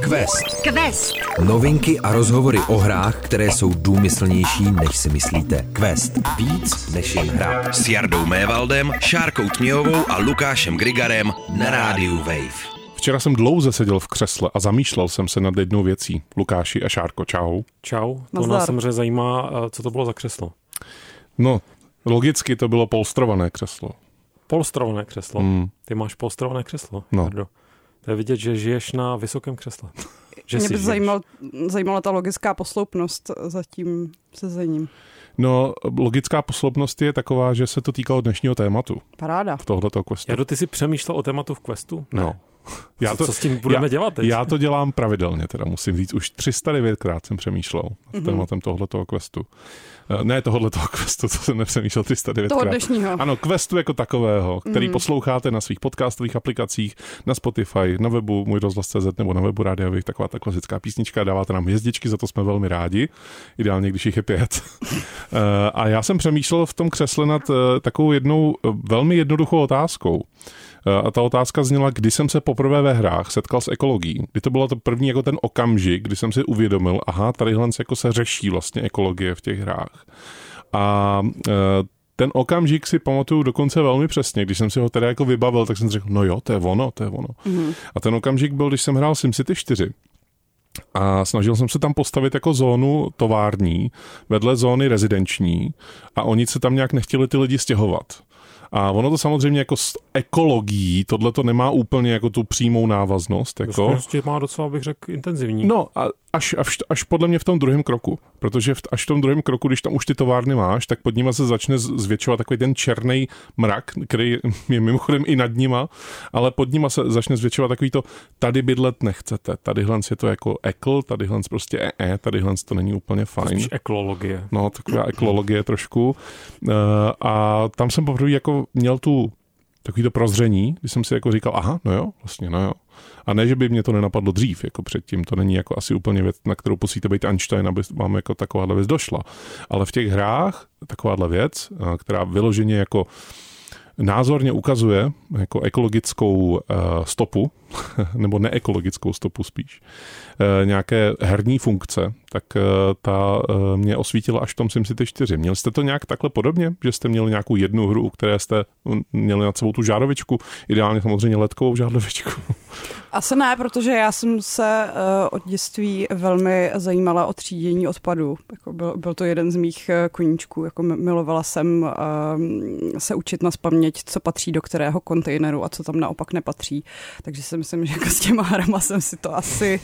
Quest. Novinky a rozhovory o hrách, které jsou důmyslnější, než si myslíte. Quest. Víc než jen hra. S Jardou Mévaldem, Šárkou Tměhovou a Lukášem Grigarem na rádiu Wave. Včera jsem dlouze seděl v křesle a zamýšlel jsem se nad jednou věcí. Lukáši a Šárko, čau. Čau, to nás samozřejmě zajímá, co to bylo za křeslo. No, logicky to bylo polstrované křeslo. Polstrované křeslo? Ty máš polstrované křeslo, no. Jardo. To je vidět, že žiješ na vysokém křesle. Mě by zajímala ta logická posloupnost za tím sezením. No, logická posloupnost je taková, že se to týkalo dnešního tématu. Paráda. V tohleto questu. Jardo, ty jsi přemýšlel o tématu v questu? Ne. No. Co s tím budeme dělat teď? Já to dělám pravidelně, teda musím říct. Už 309krát jsem přemýšlel s tématem tohletoho questu. Ne tohletoho questu, co jsem nepřemýšlel 309krát. Toho dnešního. Ano, questu jako takového, který posloucháte na svých podcastových aplikacích, na Spotify, na webu Můj rozhlas.cz nebo na webu Rádia Wave, taková ta klasická písnička, dáváte nám hvězdičky, za to jsme velmi rádi, ideálně, když jich je 5. A já jsem přemýšlel v tom křesle nad takovou jednou velmi jednoduchou otázkou. A ta otázka zněla, kdy jsem se poprvé ve hrách setkal s ekologií. Kdy to bylo to první jako ten okamžik, kdy jsem si uvědomil, aha, tadyhle jako se řeší vlastně ekologie v těch hrách. A ten okamžik si pamatuju dokonce velmi přesně. Když jsem si ho teda jako vybavil, tak jsem řekl, no jo, to je ono. A ten okamžik byl, když jsem hrál SimCity 4. A snažil jsem se tam postavit jako zónu tovární vedle zóny rezidenční a oni se tam nějak nechtěli ty lidi stěhovat. A ono to samozřejmě jako s ekologií, tohle to nemá úplně jako tu přímou návaznost. Jako. Prostě má docela, bych řekl, intenzivní. No, až podle mě v tom druhém kroku. Protože až v tom druhém kroku, když tam už ty továrny máš, tak pod nima se začne zvětšovat takový ten černý mrak, který je mimochodem i nad nima, ale pod nima se začne zvětšovat takový to, tady bydlet nechcete, tadyhle je to jako ekl, tadyhle prostě tadyhle to není úplně fajn. Spíš ekolologie. No, taková ekolologie trošku. A tam jsem poprvé jako měl takový to prozření, když jsem si jako říkal, aha, no jo. A ne, že by mě to nenapadlo dřív, jako předtím, to není jako asi úplně věc, na kterou musíte být Einstein, aby vám jako takováhle věc došla. Ale v těch hrách takováhle věc, která vyloženě jako názorně ukazuje jako ekologickou stopu, nebo neekologickou stopu spíš, nějaké herní funkce, tak ta mě osvítila až v tom SimCity 4. Měli jste to nějak takhle podobně, že jste měli nějakou jednu hru, u které jste měli nad sebou tu žárovičku, ideálně samozřejmě ledkovou žárovičku? Asi ne, protože já jsem se od dětství velmi zajímala o třídění odpadů. Jako byl to jeden z mých koníčků. Jako milovala jsem se učit nazpaměť, co patří do kterého kontejneru a co tam naopak nepatří. Takže si myslím, že jako s těma hrama jsem si to asi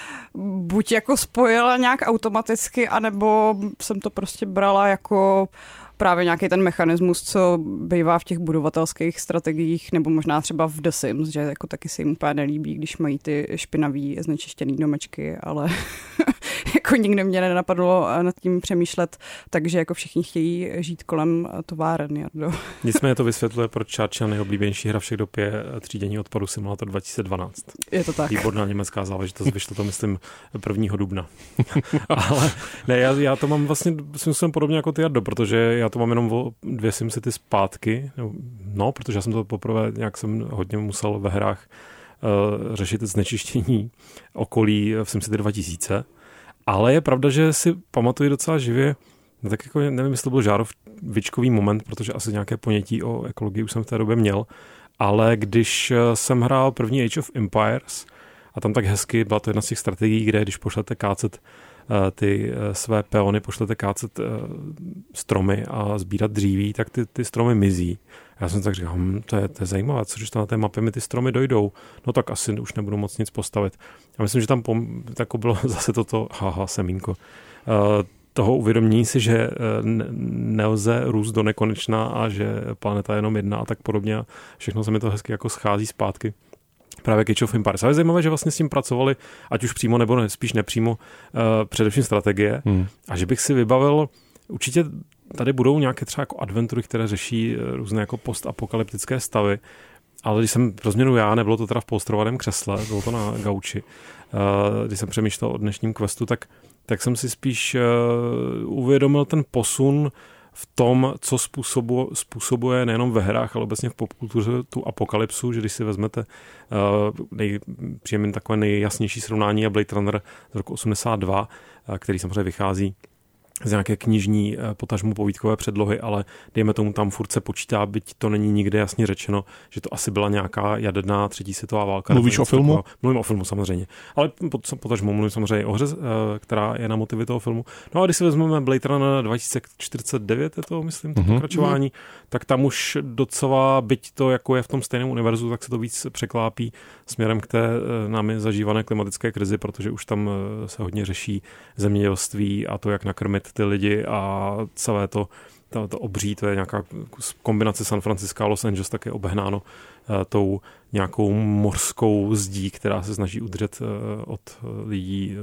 buď jako spojila nějak automaticky, anebo jsem to prostě brala jako právě nějaký ten mechanismus, co bývá v těch budovatelských strategiích, nebo možná třeba v The Sims, že jako taky se jim úplně nelíbí, když mají ty špinavý, znečištěný domečky, ale jako nikdy mě nenapadlo nad tím přemýšlet, takže jako všichni chtějí žít kolem továren, Jardo. Nicméně to vysvětluje, proč Čárča nejoblíbenější hra všech dob je třídění odpadu Simulator 2012. Je to tak. Výborná německá záležitost, vyšlo to, myslím, 1. dubna. Ale ne, já to mám vlastně jsem podobně jako ty, Jardo, protože já to mám jenom o 2 SimCity zpátky, no, protože já jsem to poprvé nějak jsem hodně musel ve hrách řešit znečištění okolí v SimCity 2000, ale je pravda, že si pamatuju docela živě, no tak jako nevím, jestli to byl žárovičkový moment, protože asi nějaké ponětí o ekologii už jsem v té době měl, ale když jsem hrál první Age of Empires a tam tak hezky byla to jedna z těch strategií, kde když pošlete kácet ty své peony, pošlete kácet stromy a sbírat dříví, tak ty stromy mizí. Já jsem tak říkal, to je zajímavé, což na té mapě mi ty stromy dojdou, no tak asi už nebudu moc nic postavit. A myslím, že tam jako bylo zase toto, semínko, toho uvědomění si, že nelze růst do nekonečna a že planeta je jenom jedna a tak podobně a všechno se mi to hezky jako schází zpátky. Právě Age of Empires. Ale je zajímavé, že vlastně s tím pracovali, ať už přímo nebo spíš nepřímo, především strategie. A že bych si vybavil, určitě tady budou nějaké třeba jako adventury, které řeší různé jako postapokalyptické stavy, ale když jsem pro změnu nebylo to teda v polstrovaném křesle, bylo to na gauči, když jsem přemýšlel o dnešním questu, tak jsem si spíš uvědomil ten posun v tom, co způsobuje nejenom ve hrách, ale obecně v popkultuře tu apokalypsu, že když si vezmete příjemně takové nejjasnější srovnání je Blade Runner z roku 82, který samozřejmě vychází z nějaké knižní, potažmo povídkové předlohy, ale dejme tomu tam furt se počítá, byť to není nikde jasně řečeno, že to asi byla nějaká jaderná třetí světová válka. Mluvíš o filmu? Mluvím o filmu samozřejmě, ale potažmo mluvím samozřejmě o hře, která je na motivy toho filmu. No a když si vezmeme Blade Runner 2049, je to myslím, to pokračování, tak tam už docela, byť to jako je v tom stejném univerzu, tak se to víc překlápí směrem k té námi zažívané klimatické krizi, protože už tam se hodně řeší zemědělství a to, jak nakrmit ty lidi a celé to obří, to je nějaká kombinace San Francisco a Los Angeles, tak je obehnáno tou nějakou mořskou zdí, která se snaží udržet od lidí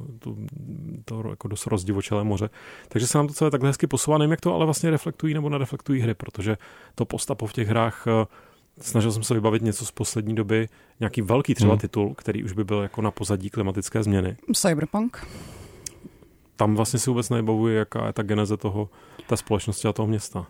to jako dost rozdivočelé moře. Takže se nám to celé takhle hezky posouvá. Nevím, jak to ale vlastně reflektují nebo nereflektují hry, protože to postapo v těch hrách, snažil jsem se vybavit něco z poslední doby, nějaký velký třeba titul, který už by byl jako na pozadí klimatické změny. Cyberpunk. Tam vlastně si vůbec nevybavuji, jaká je ta geneze té společnosti a toho města.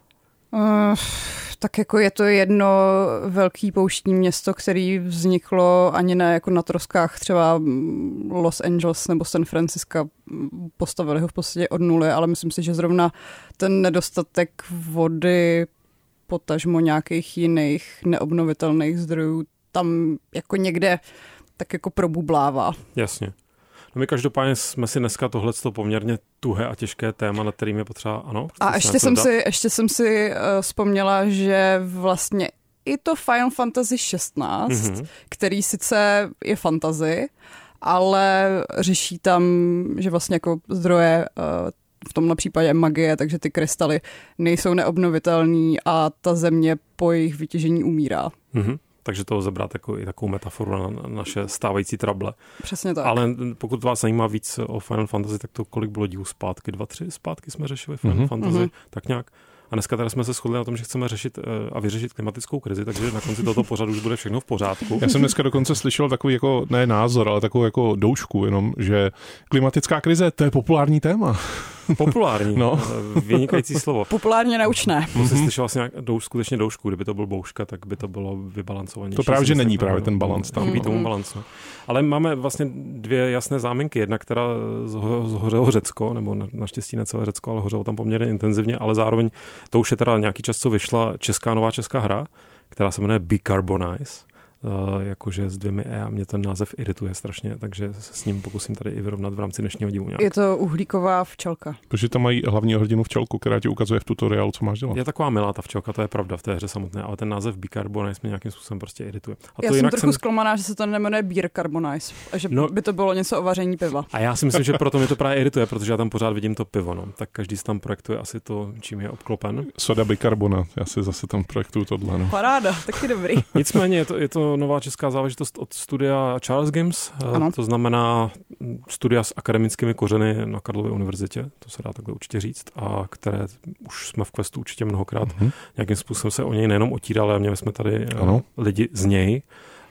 Tak jako je to jedno velký pouštní město, který vzniklo ani ne jako na troskách třeba Los Angeles nebo San Francisco, postavili ho v podstatě od nuly, ale myslím si, že zrovna ten nedostatek vody, potažmo nějakých jiných neobnovitelných zdrojů, tam jako někde tak jako probublává. Jasně. No my každopádně jsme si dneska tohleto poměrně tuhé a těžké téma, nad kterým je potřeba, ano? A ještě jsem si vzpomněla, že vlastně i to Final Fantasy 16, který sice je fantasy, ale řeší tam, že vlastně jako zdroje v tomhle případě magie, takže ty krystaly nejsou neobnovitelný a ta země po jejich vytěžení umírá. Takže to zabrat jako i takovou metaforu na naše stávající trable. Přesně tak. Ale pokud vás zajímá víc o Final Fantasy, tak to kolik bylo dílů zpátky? 2-3 zpátky jsme řešili Final Fantasy, tak nějak. A dneska tady jsme se shodli na tom, že chceme řešit a vyřešit klimatickou krizi, takže na konci tohoto pořadu už bude všechno v pořádku. Já jsem dneska dokonce slyšel takový jako, ne názor, ale takovou jako doušku jenom, že klimatická krize, to je populární téma. Populární, no. Vynikající slovo. Populárně naučné. Jsi slyšel vlastně skutečně doušku, kdyby to byl bouška, tak by to bylo vybalancovanější. To právě, že není právě ten balans tam. Chybí tomu balans. No. Ale máme vlastně dvě jasné záminky. Jedna, která zhořelo Řecko, nebo naštěstí ne celé Řecko, ale hořelo tam poměrně intenzivně, ale zároveň to už je teda nějaký čas, co vyšla nová česká hra, která se jmenuje Decarbonize. Jakože s 2 E a mě ten název irituje strašně, takže se s ním pokusím tady i vyrovnat v rámci dnešního dílu nějak. Je to uhlíková včelka. Protože tam mají hlavního hrdinu včelku, která ti ukazuje v tutoriálu, co máš dělat. Je taková milá ta včelka, to je pravda v té hře samotné, ale ten název Decarbonize mě nějakým způsobem prostě irituje. A já jsem trochu zklamaná, že se to nemenuje Beer Carbonize, a že by to bylo něco o vaření piva. A já si myslím, že proto mě to právě irituje, protože já tam pořád vidím to pivo, no. Tak každý si tam projektuje asi to, čím je obklopen. Soda bicarbona, já si zase tam projektuju tohle, no. Paráda, taky dobrý. Nicméně je to nová česká záležitost od studia Charles Games, to znamená studia s akademickými kořeny na Karlově univerzitě, to se dá takhle určitě říct, a které už jsme v Questu určitě mnohokrát nějakým způsobem se o něj nejenom otírali, ale měli jsme tady lidi z něj,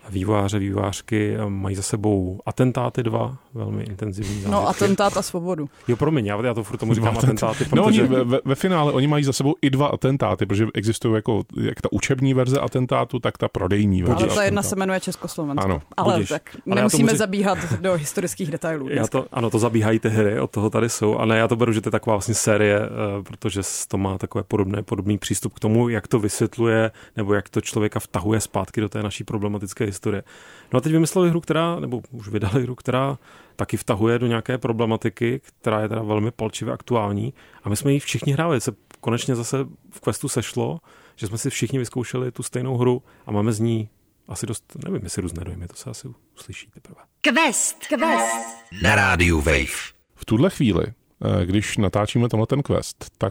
vývojářky mají za sebou atentáty 2, velmi intenzivní zážitky. No, atentát a svobodu. Jo, promiň, já to furt tomu říkám atentáty. No, protože... ve finále oni mají za sebou i 2 atentáty, protože existují jako jak ta učební verze atentátu, tak ta prodejní verze. Ale ta jedna se jmenuje Československo. Ano. Ale tak nemusíme zabíhat do historických detailů. To zabíhají ty hry, od toho tady jsou. A ne, já to beru, že to je taková vlastně série, protože to má takové podobný přístup k tomu, jak to vysvětluje, nebo jak to člověka vtahuje zpátky do té naší problematické historie. No a teď vymysleli hru, nebo už vydali hru, která taky vtahuje do nějaké problematiky, která je teda velmi palčivě aktuální. A my jsme ji všichni hráli. Se konečně zase v Questu sešlo, že jsme si všichni vyzkoušeli tu stejnou hru a máme z ní asi dost, nevím, jestli různé dojmy, to se asi uslyší teprve. Quest na rádiu Wave. V tuhle chvíli, když natáčíme tenhle ten Quest, tak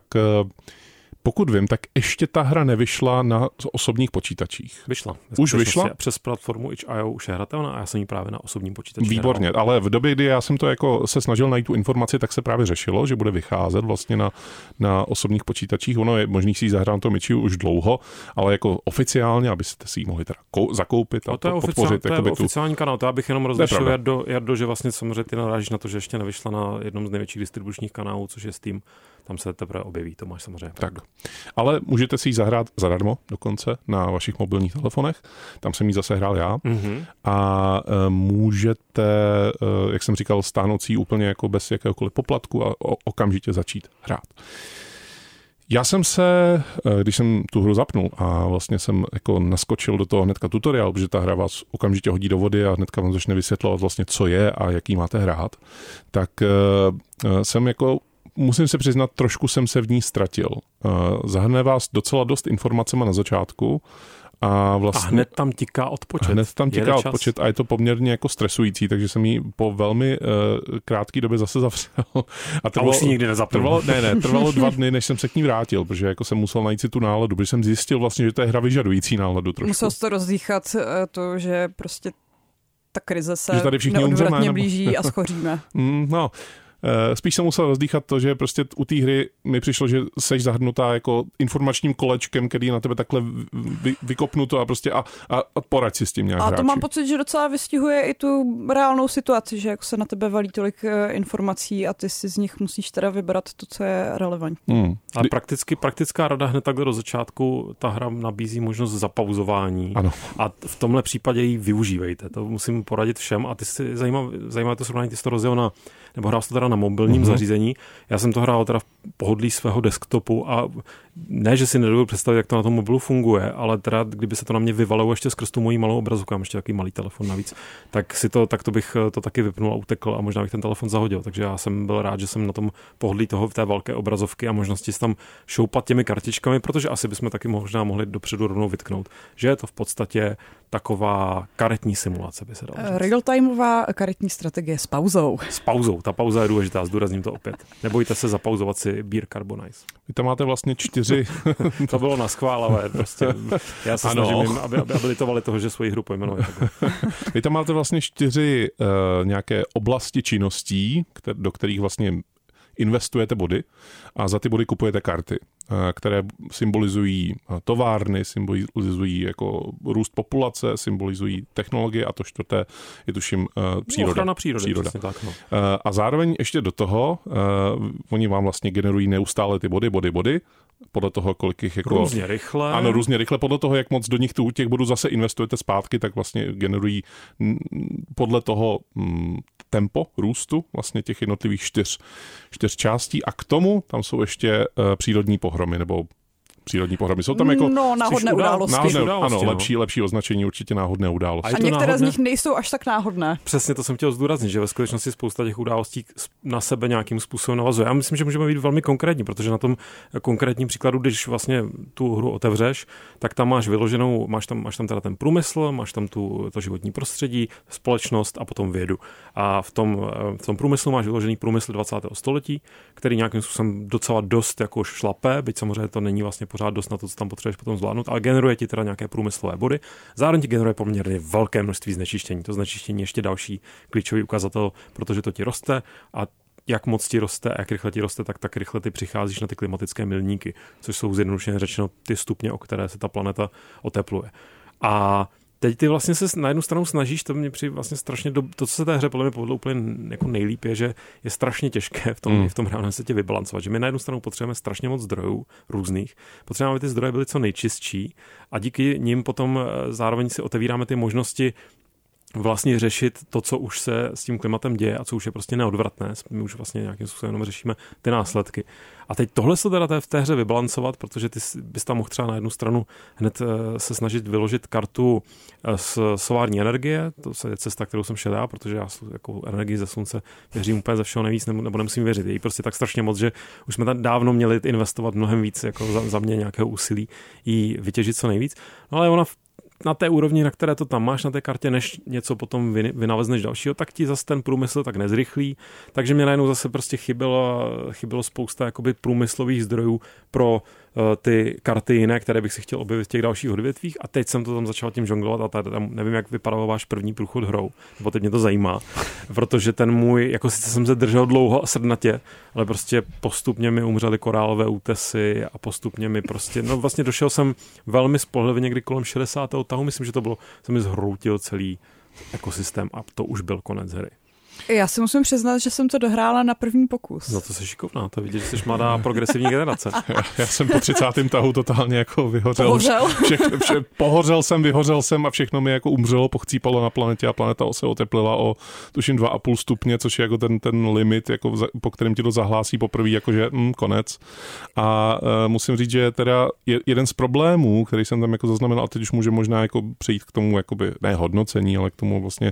pokud vím, tak ještě ta hra nevyšla na osobních počítačích. Vyšla. Už vyšla? Přes platformu itch.io už je hratelná a já jsem ji právě na osobním počítači. Výborně, ale v době, kdy já jsem to jako se snažil najít tu informaci, tak se právě řešilo, že bude vycházet vlastně na osobních počítačích. Ono je možný si ji zahrát to myči už dlouho, ale jako oficiálně, abyste si ji mohli teda zakoupit a podpořit. To je oficiální kanál, to já bych jenom rozlišil, Jardo, že vlastně samozřejmě ty narážíš na to, že ještě nevyšla na jednom z největších distribučních kanálů, což je Steam. tam se teprve objeví, to máš samozřejmě. Tak. Ale můžete si ji zahrát zadarmo dokonce na vašich mobilních telefonech, tam jsem ji zase hrál já a můžete, jak jsem říkal, stáhnout si ji úplně jako bez jakéhokoliv poplatku a okamžitě začít hrát. Já jsem se, když jsem tu hru zapnul a vlastně jsem jako naskočil do toho hnedka tutoriál, protože ta hra vás okamžitě hodí do vody a hnedka vám začne vysvětlovat vlastně, co je a jaký máte hrát, tak jsem jako, musím se přiznat, trošku jsem se v ní ztratil. Zahrne vás docela dost informacema na začátku, a hned tam tiká odpočet. Hned tam tiká odpočet a je to poměrně jako stresující, takže jsem ji po velmi krátké době zase zavřel. A už si nikdy nezapnul. Trvalo 2 dny, než jsem se k ní vrátil, protože jako jsem musel najít si tu náladu, protože jsem zjistil vlastně, že to je hra vyžadující náladu trošku. Musel jsi to rozdýchat, to, že prostě ta krize se neodvratně blíží a schoříme. No, spíš jsem musel rozdýchat to, že prostě u té hry mi přišlo, že seš zahrnutá jako informačním kolečkem, který na tebe takhle vykopnuto a prostě a poraď si s tím nějak hráči. A to mám pocit, že docela vystihuje i tu reálnou situaci, že jako se na tebe valí tolik informací a ty si z nich musíš teda vybrat to, co je relevantní. Ale praktická rada hned takhle do začátku, ta hra nabízí možnost zapauzování. Ano. A v tomhle případě ji využívejte. To musím poradit všem a ty si zajímavé to srovnání, ty jsi to rozjel nebo hrál jsi to teda na mobilním zařízení. Já jsem to hrál teda v pohodlí svého desktopu a ne, že si nedovedu představit, jak to na tom mobilu funguje, ale teda, kdyby se to na mě vyvalilo ještě skrz tu moji malou obrazovku, mám ještě takový malý telefon navíc, tak to bych to taky vypnul a utekl a možná bych ten telefon zahodil. Takže já jsem byl rád, že jsem na tom pohodlí té velké obrazovky a možnosti si tam šoupat těmi kartičkami, protože asi bychom taky možná mohli dopředu rovnou vytknout, že je to v podstatě taková karetní simulace, by se dalo říct. Real-timeová karetní strategie s pauzou. S pauzou. Ta pauza je důležitá, zdůrazním to opět. Nebojte se zapauzovat si Beer Carbonize. Vy tam máte vlastně 4... To bylo naschvál, ale prostě já se snažím jim, aby litovali toho, že svoji hru pojmenují. Vy tam máte vlastně 4 nějaké oblasti činností, do kterých vlastně investujete body a za ty body kupujete karty, které symbolizují továrny, symbolizují jako růst populace, symbolizují technologie a to 4. je tuším příroda. Ochrana přírody. Tak, no. A zároveň ještě do toho, oni vám vlastně generují neustále ty body, podle toho, kolik jich jako... Různě rychle. Ano, různě rychle. Podle toho, jak moc do nich těch bodů zase investujete zpátky, tak vlastně generují podle toho tempo růstu vlastně těch jednotlivých 4 částí. A k tomu tam jsou ještě přírodní pohromy, nebo přírodní pohromy. Jsou tam jako... náhodné události. Ano, lepší označení, určitě náhodné události. A některé z nich nejsou až tak náhodné. Přesně to jsem chtěl zdůraznit, že ve skutečnosti spousta těch událostí na sebe nějakým způsobem navazuje. Já myslím, že můžeme být velmi konkrétní, protože na tom konkrétním příkladu, když vlastně tu hru otevřeš, tak tam máš vyloženou, máš tam teda ten průmysl, máš tam to životní prostředí, společnost a potom vědu. A v tom průmyslu máš vyložený průmysl 20. století, který nějakým způsobem docela dost jako šlape, byť samozřejmě to není vlastně pořád dost na to, co tam potřebuješ potom zvládnout, ale generuje ti teda nějaké průmyslové body. Zároveň ti generuje poměrně velké množství znečištění. To znečištění je ještě další klíčový ukazatel, protože to ti roste a jak moc ti roste a jak rychle ti roste, tak rychle ty přicházíš na ty klimatické milníky, což jsou zjednodušeně řečeno ty stupně, o které se ta planeta otepluje. A teď ty vlastně se na jednu stranu snažíš, to mě přijde vlastně strašně, to, co se té hře podle mě povedlo úplně jako nejlíp, je, že je strašně těžké v tom reálném světě vybalancovat, že my na jednu stranu potřebujeme strašně moc zdrojů různých, potřebujeme, aby ty zdroje byly co nejčistší a díky nim potom zároveň si otevíráme ty možnosti vlastně řešit to, co už se s tím klimatem děje a co už je prostě neodvratné. My už vlastně nějakým způsobem jenom řešíme ty následky. A teď tohle se teda v té hře vybalancovat, protože ty bys tam mohl třeba na jednu stranu hned se snažit vyložit kartu z solární energie, to je cesta, kterou jsem šel já, protože já jako energii ze slunce věřím úplně ze všeho nejvíc, nebo nemusím věřit. Je jí prostě tak strašně moc, že už jsme tam dávno měli investovat mnohem víc jako za mě nějakého úsilí jí vytěžit co nejvíc. No ale ona na té úrovni, na které to tam máš na té kartě, než něco potom vynalezneš dalšího, tak ti zase ten průmysl tak nezrychlí. Takže mě najednou zase prostě chybělo spousta jakoby průmyslových zdrojů pro ty karty jiné, které bych si chtěl objevit v těch dalších odvětvích a teď jsem to tam začal tím žonglovat a tady tam nevím, jak vypadal váš první průchod hrou, nebo teď mě to zajímá, protože ten můj, jako sice jsem se držel dlouho a srdnatě, ale prostě postupně mi umřely korálové útesy a postupně mi prostě, no vlastně došel jsem velmi spolehlivě někdy kolem 60. tahu, myslím, že to bylo, jsem mi zhroutil celý ekosystém a to už byl konec hry. Já si musím přiznat, že jsem to dohrála na první pokus. No to jsi šikovná, to vidět, že jsi mladá progresivní generace. Já jsem po 30. tahu totálně jako vyhořel. Pohořel jsem, vyhořel jsem a všechno mi jako umřelo, pochcípalo na planetě a planeta se oteplila o tuším 2,5 stupně, což je jako ten limit, jako po kterém ti to zahlásí poprvé, jakože konec. A musím říct, že teda jeden z problémů, který jsem tam jako zaznamenal, a teď už může možná jako přejít k tomu jakoby ne hodnocení, ale k tomu vlastně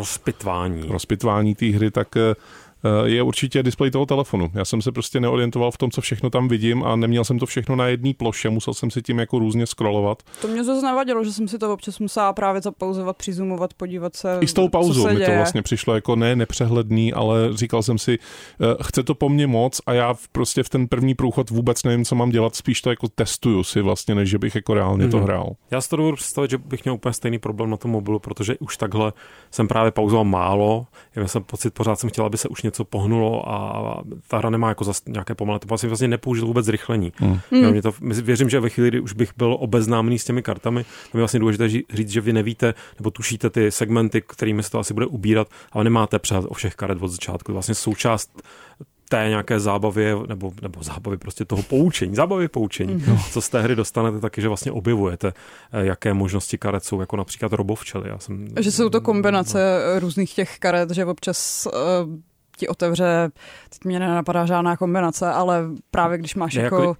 rozpitvání té hry, tak je určitě displej toho telefonu. Já jsem se prostě neorientoval v tom, co všechno tam vidím a neměl jsem to všechno na jedné ploše, musel jsem si tím jako různě scrollovat. To mě zase nevadilo, že jsem si to občas musela právě zapauzovat, přizumovat, podívat se, i s tou pauzou mi to vlastně přišlo jako ne nepřehledný, ale říkal jsem si, chce to po mně moc a já prostě v ten první průchod vůbec nevím, co mám dělat, spíš to jako testuju si vlastně, než že bych jako reálně to hrál. Já si to dovedu představit, že bych měl úplně stejný problém na tom mobilu, protože už takhle jsem právě pauzoval málo, já jsem pocit, pořád jsem chtěl, aby se už něco pohnulo a ta hra nemá jako zase nějaké pomalé. To vlastně nepoužil vůbec zrychlení. Věřím, že ve chvíli, kdy už bych byl obeznámený s těmi kartami, to je vlastně důležité říct, že vy nevíte nebo tušíte ty segmenty, kterými se to asi bude ubírat, ale nemáte přehled o všech karet od začátku. Vlastně součást té nějaké zábavě, nebo zábavy prostě toho poučení, co z té hry dostanete, taky, že vlastně objevujete, jaké možnosti karet jsou, jako například robovčely. Že jsou to kombinace různých těch karet, že občas ti otevře, teď mě nenapadá žádná kombinace, ale právě když máš jako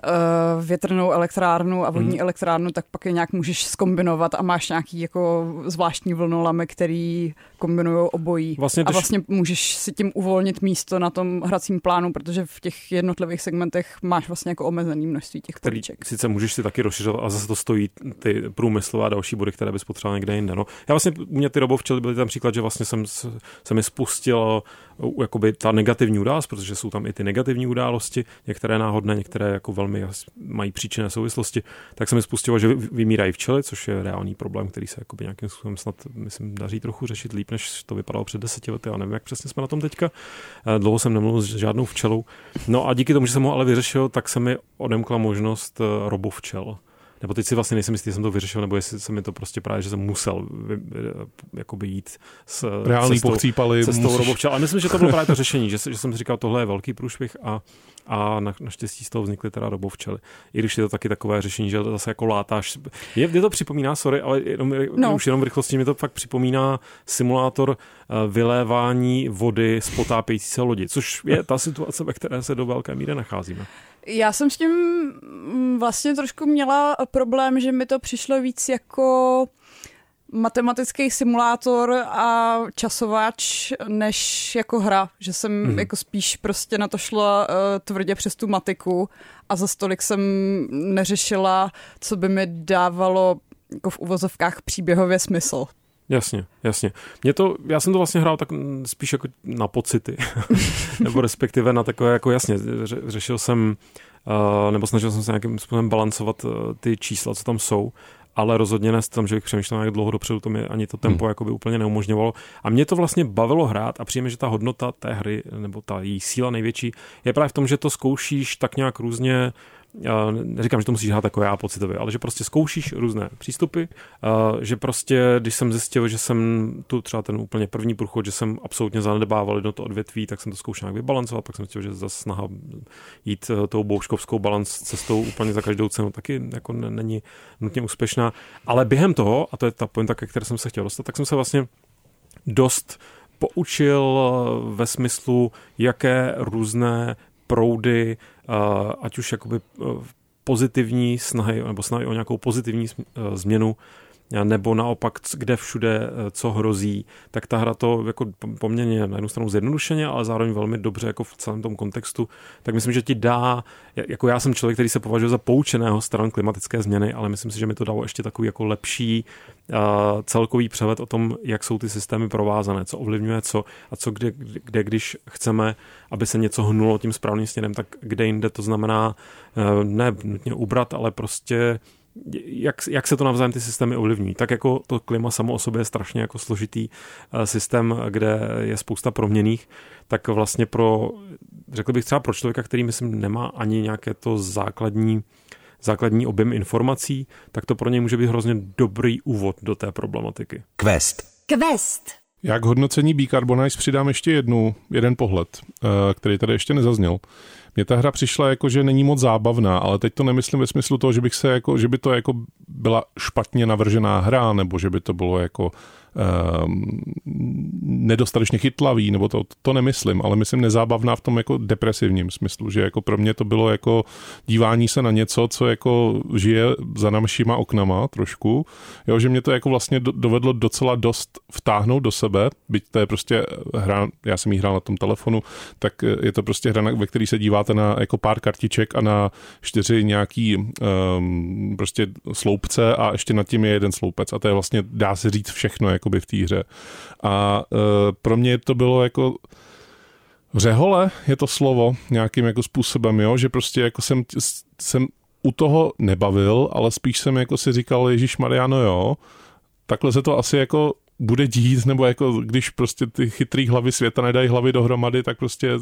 větrnou elektrárnu a vodní elektrárnu, tak pak je nějak můžeš zkombinovat a máš nějaký jako zvláštní vlnolamy, který kombinují obojí. A vlastně můžeš si tím uvolnit místo na tom hracím plánu, protože v těch jednotlivých segmentech máš vlastně jako omezený množství těch políček. Sice můžeš si taky rozšiřovat a zase to stojí ty průmyslové a další body, které bys potřeboval někde jinde. No. Já vlastně, u mě ty robovčely byly ten příklad, že vlastně se mi spustil jakoby ta negativní událost, protože jsou tam i ty negativní události, některé náhodné, některé jako velmi mají příčinné souvislosti, tak se mi spustilo, že vymírají včely, což je reálný problém, který se jakoby nějakým způsobem snad, myslím, daří trochu řešit líp, než to vypadalo před 10 lety, ale nevím, jak přesně jsme na tom teďka. Dlouho jsem nemluvil s žádnou včelou. No a díky tomu, že jsem ho ale vyřešil, tak se mi odemkla možnost robovčel. Nebo teď si vlastně nejsem jistý, jestli jsem to vyřešil, nebo jestli se mi to prostě právě, že jsem musel jakoby jít s reálný pochcípali. Cestou robovčel. A myslím, že to bylo právě to řešení, že jsem si říkal, tohle je velký průšvih a naštěstí z toho vznikly teda robovčely. I když je to taky takové řešení, že zase jako látáš. Mě to připomíná, sorry, ale už jenom v rychlosti mi to fakt připomíná simulátor vylévání vody z potápějící se lodi, což je ta situace, ve které se do velké míry nacházíme. Já jsem s tím vlastně trošku měla problém, že mi to přišlo víc jako matematický simulátor a časovač než jako hra, že jsem jako spíš prostě na to šla tvrdě přes tu matiku a za stolik jsem neřešila, co by mi dávalo jako v uvozovkách příběhově smysl. Jasně. Já jsem to vlastně hrál tak spíš jako na pocity, nebo respektive na takové jako jasně, řešil jsem, nebo snažil jsem se nějakým způsobem balancovat ty čísla, co tam jsou, ale rozhodně ne tam, že bych přemýšlel nějak dlouho dopředu, to mi ani to tempo jakoby úplně neumožňovalo. A mě to vlastně bavilo hrát a přijde, že ta hodnota té hry, nebo ta její síla největší, je právě v tom, že to zkoušíš tak nějak různě. Neříkám, že to musíš hrát jako já pocitově, ale že prostě zkoušíš různé přístupy, že prostě, když jsem zjistil, že jsem tu třeba ten úplně první průchod, že jsem absolutně zanedbával jedno to odvětví, tak jsem to zkoušel nějak vybalancovat, pak jsem zjistil, že zase snaha jít tou bouškovskou balanc cestou úplně za každou cenu taky jako není nutně úspěšná, ale během toho, a to je ta pointa, ke které jsem se chtěl dostat, tak jsem se vlastně dost poučil ve smyslu, jaké různé proudy, ať už jakoby pozitivní snahy, nebo snahy o nějakou pozitivní změnu, nebo naopak, kde všude co hrozí, tak ta hra to jako poměrně na jednu stranu zjednodušeně, ale zároveň velmi dobře jako v celém tom kontextu, tak myslím, že ti dá, jako já jsem člověk, který se považuje za poučeného stran klimatické změny, ale myslím si, že mi to dalo ještě takový jako lepší celkový přehled o tom, jak jsou ty systémy provázané, co ovlivňuje co a co kde když chceme, aby se něco hnulo tím správným směrem, tak kde jinde to znamená ne nutně ubrat, ale prostě jak se to navzájem ty systémy ovlivňují. Tak jako to klima samo o sobě je strašně jako složitý systém, kde je spousta proměnných, tak vlastně řekl bych třeba pro člověka, který myslím nemá ani nějaké to základní objem informací, tak to pro něj může být hrozně dobrý úvod do té problematiky. Quest. Já k hodnocení Bicarbonize přidám ještě jeden pohled, který tady ještě nezazněl. Mně ta hra přišla jako, že není moc zábavná, ale teď to nemyslím ve smyslu toho, že by to jako byla špatně navržená hra, nebo že by to bylo jako nedostatečně chytlavý, nebo to nemyslím, ale myslím nezábavná v tom jako depresivním smyslu, že jako pro mě to bylo jako dívání se na něco, co jako žije za našima oknama trošku, jo, že mě to jako vlastně dovedlo docela dost vtáhnout do sebe, byť to je prostě hra, já jsem jí hrál na tom telefonu, tak je to prostě hra, ve který se díváte na jako pár kartiček a na 4 nějaký prostě sloupce a ještě nad tím je jeden sloupec a to je vlastně, dá se říct všechno jakoby v té hře. A pro mě to bylo jako řehole, je to slovo nějakým jako způsobem, jo, že prostě jako jsem u toho nebavil, ale spíš jsem jako si říkal, ježišmarja, no jo, takhle se to asi jako bude dít, nebo jako když prostě ty chytrý hlavy světa nedají hlavy dohromady, tak prostě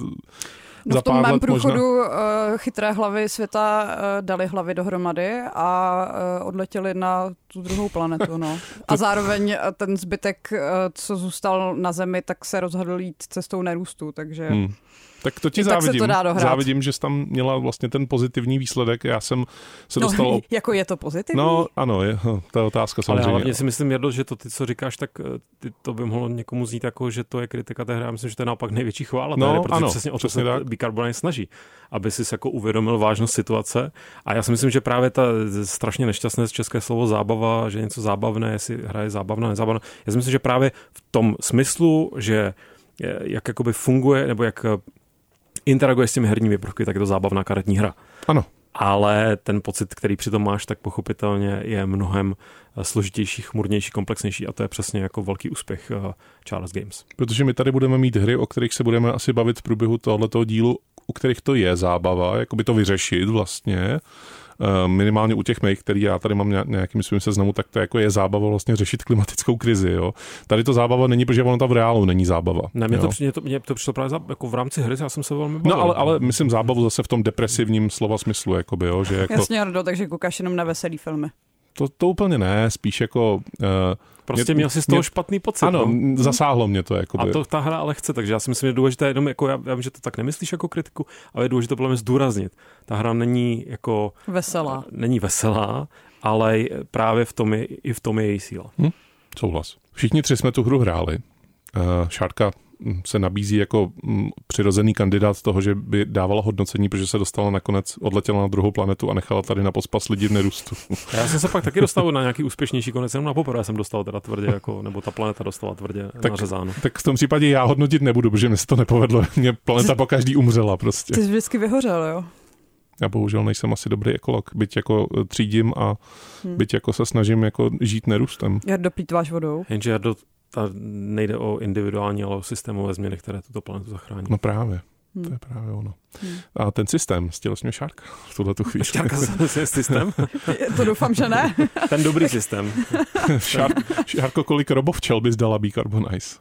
v tom mém průchodu chytré hlavy světa dali hlavy dohromady a odletěli na tu druhou planetu. No. A zároveň ten zbytek, co zůstal na Zemi, tak se rozhodl jít cestou nerůstu, takže... Tak to ti závidím, že jsi tam měla vlastně ten pozitivní výsledek. Já jsem se dostal... Jako je to pozitivní? No ano, to je otázka samozřejmě. Ale hlavně si myslím, Jardo, že to ty, co říkáš, tak to by mohlo někomu znít jako, že to je kritika té hry. Já myslím, že to je naopak největší chvála té hry, protože přesně o to se Bicarbonize snaží, aby si jako uvědomil vážnost situace. A já si myslím, že právě ta strašně nešťastné české slovo zábava, že něco zábavné, jestli hra je zábavná, nezábavná. Já si myslím, že právě v tom smyslu, že jak jakoby funguje, nebo jak interaguje s těmi herními prvky, tak je to zábavná karetní hra. Ano. Ale ten pocit, který přitom máš, tak pochopitelně je mnohem složitější, chmurnější, komplexnější a to je přesně jako velký úspěch Charles Games. Protože my tady budeme mít hry, o kterých se budeme asi bavit v průběhu tohoto dílu, u kterých to je zábava, jakoby to vyřešit vlastně. Minimálně u těch mých, který já tady mám nějakým svým seznamu, tak to jako je zábava vlastně řešit klimatickou krizi. Jo. Tady to zábava není, protože ono tam v reálu není zábava. Ne, mně to přišlo právě jako v rámci hry, já jsem se velmi bavil. No ale myslím zábavu zase v tom depresivním slova smyslu. Jakoby, jo, že jako... Jasně, Jardo, takže koukáš jenom na veselý filmy. To úplně ne, spíš jako... Prostě měl jsi z toho špatný pocit. Ano, zasáhlo mě to. Jakoby. A to ta hra ale chce, takže já si myslím, že je důležité jenom, jako já vím, že to tak nemyslíš jako kritiku, ale je důležité podle mě zdůraznit. Ta hra není jako... Veselá. Není veselá, ale právě v tom je její síla. Souhlas. Všichni 3 jsme tu hru hráli. Šárka se nabízí jako přirozený kandidát toho, že by dávala hodnocení, protože se dostala nakonec, odletěla na druhou planetu a nechala tady na pospas lidi v nerůstu. Já jsem se pak taky dostal na nějaký úspěšnější konec, jenom na poprvé jsem dostal teda tvrdě, jako, nebo ta planeta dostala tvrdě nařezáno. Tak v tom případě já hodnotit nebudu, protože mi se to nepovedlo. Mě planeta po každý umřela prostě. Ty jsi vždycky vyhořel, jo? Já bohužel nejsem asi dobrý ekolog, byť jako třídím a byť jako se snažím jako žít nerůstem. Jardo, plýtváš vodou? Jenže Jardo, nejde o individuální, ale o systémové změny, které tuto planetu zachrání. No právě. To je právě ono. A ten systém, stělesňuje Šárka v tuhletu chvíli. Šárka systém? To doufám, že ne. Ten dobrý systém. Šárko, kolik robovčel bys dala Bicarbonize?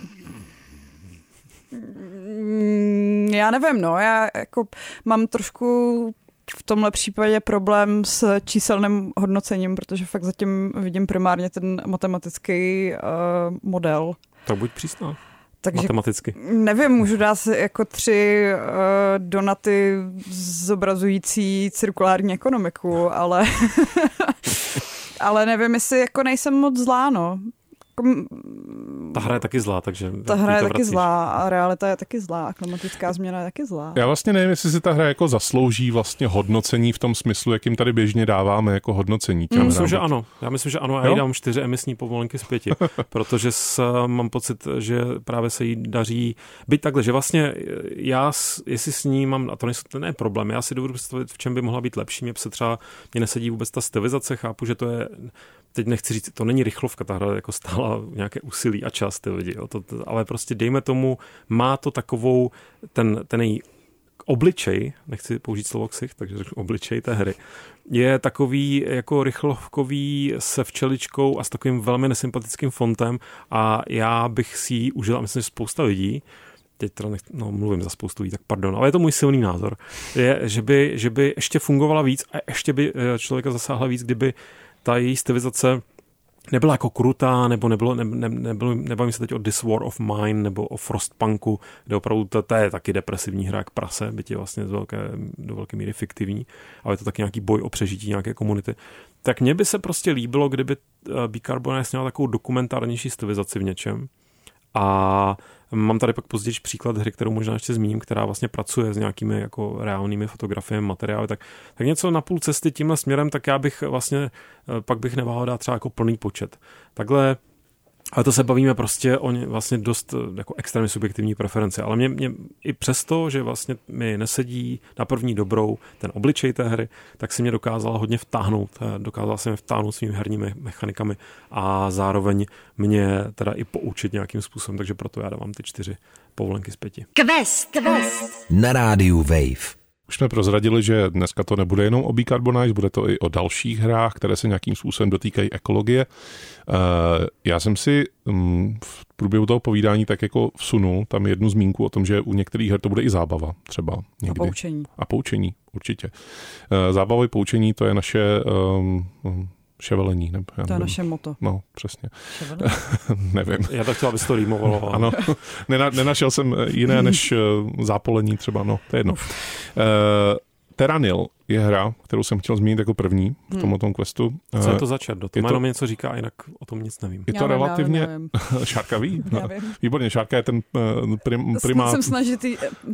Já nevím, no. Já jako mám trošku v tomhle případě problém s číselným hodnocením, protože fakt zatím vidím primárně ten matematický model. Tak buď přísná. Takže matematicky. Nevím, můžu dát si jako 3 donaty zobrazující cirkulární ekonomiku, ale ale nevím, jestli jako nejsem moc zlá, no. Ta hra je taky zlá, takže... Ta hra je taky zlá a realita je taky zlá a klimatická změna je taky zlá. Já vlastně nevím, jestli si ta hra jako zaslouží vlastně hodnocení v tom smyslu, jakým tady běžně dáváme jako hodnocení. Já myslím, že ano. A já jí dám 4 emisní povolenky z 5, protože mám pocit, že právě se jí daří být takhle, že vlastně já, jestli s ní mám, a to není problém, já si dovedu představit, v čem by mohla být lepší. Mě nesedí vůbec ta stylizace, chápu, že to je... Teď nechci říct, to není rychlovka, ta hra jako stála nějaké úsilí a čas, ty lidi, jo. Ale prostě dejme tomu, má to takovou, ten její obličej, nechci použít slovo ksicht, takže řeknu obličej té hry, je takový jako rychlovkový se včeličkou a s takovým velmi nesympatickým fontem a já bych si ji užil, a myslím, že spousta lidí, teď teda mluvím za spoustu lidí, tak pardon, ale je to můj silný názor, je, že by ještě fungovala víc a ještě by člověka zasáhla víc, kdyby ta její stylizace nebyla jako krutá, nebo nebavím se teď o This War of Mine, nebo o Frostpunku, kde opravdu to je taky depresivní hra jak prase, byť je vlastně do velké míry fiktivní, ale je to taky nějaký boj o přežití nějaké komunity. Tak mně by se prostě líbilo, kdyby Bicarbonate měla takovou dokumentárnější stylizaci v něčem. A mám tady pak později příklad hry, kterou možná ještě zmíním, která vlastně pracuje s nějakými jako reálnými fotografiemi, materiály, tak něco na půl cesty tímhle směrem, tak já bych vlastně, pak bych neváhal dát třeba jako plný počet. Takhle, ale to se bavíme prostě o vlastně dost jako extrémně subjektivní preference, ale mě i přesto, že vlastně mi nesedí na první dobrou ten obličej té hry, tak si mě dokázala hodně vtáhnout. Dokázala se mě vtáhnout svými herními mechanikami a zároveň mě teda i poučit nějakým způsobem, takže proto já dávám ty 4 povolenky z 5. Quest. Na rádiu Wave. Už jsme prozradili, že dneska to nebude jenom o Bicarbonate, bude to i o dalších hrách, které se nějakým způsobem dotýkají ekologie. Já jsem si v průběhu toho povídání tak jako vsunul tam jednu zmínku o tom, že u některých her to bude i zábava třeba někdy. A poučení, určitě. Zábava i poučení, to je naše ševelení. To je naše moto. No, přesně. Nevím. Já tak chtěl, abys to rýmovalo. Ano, nenašel jsem jiné než zápolení třeba, no, to je jedno. Terranil je hra, kterou jsem chtěl zmínit jako první v tomto questu. Co je to za čert? To jméno mi něco říká, jinak o tom nic nevím. Je to relativně... Šárka ví? No, výborně, Šárka je ten primát. Jsem snažitý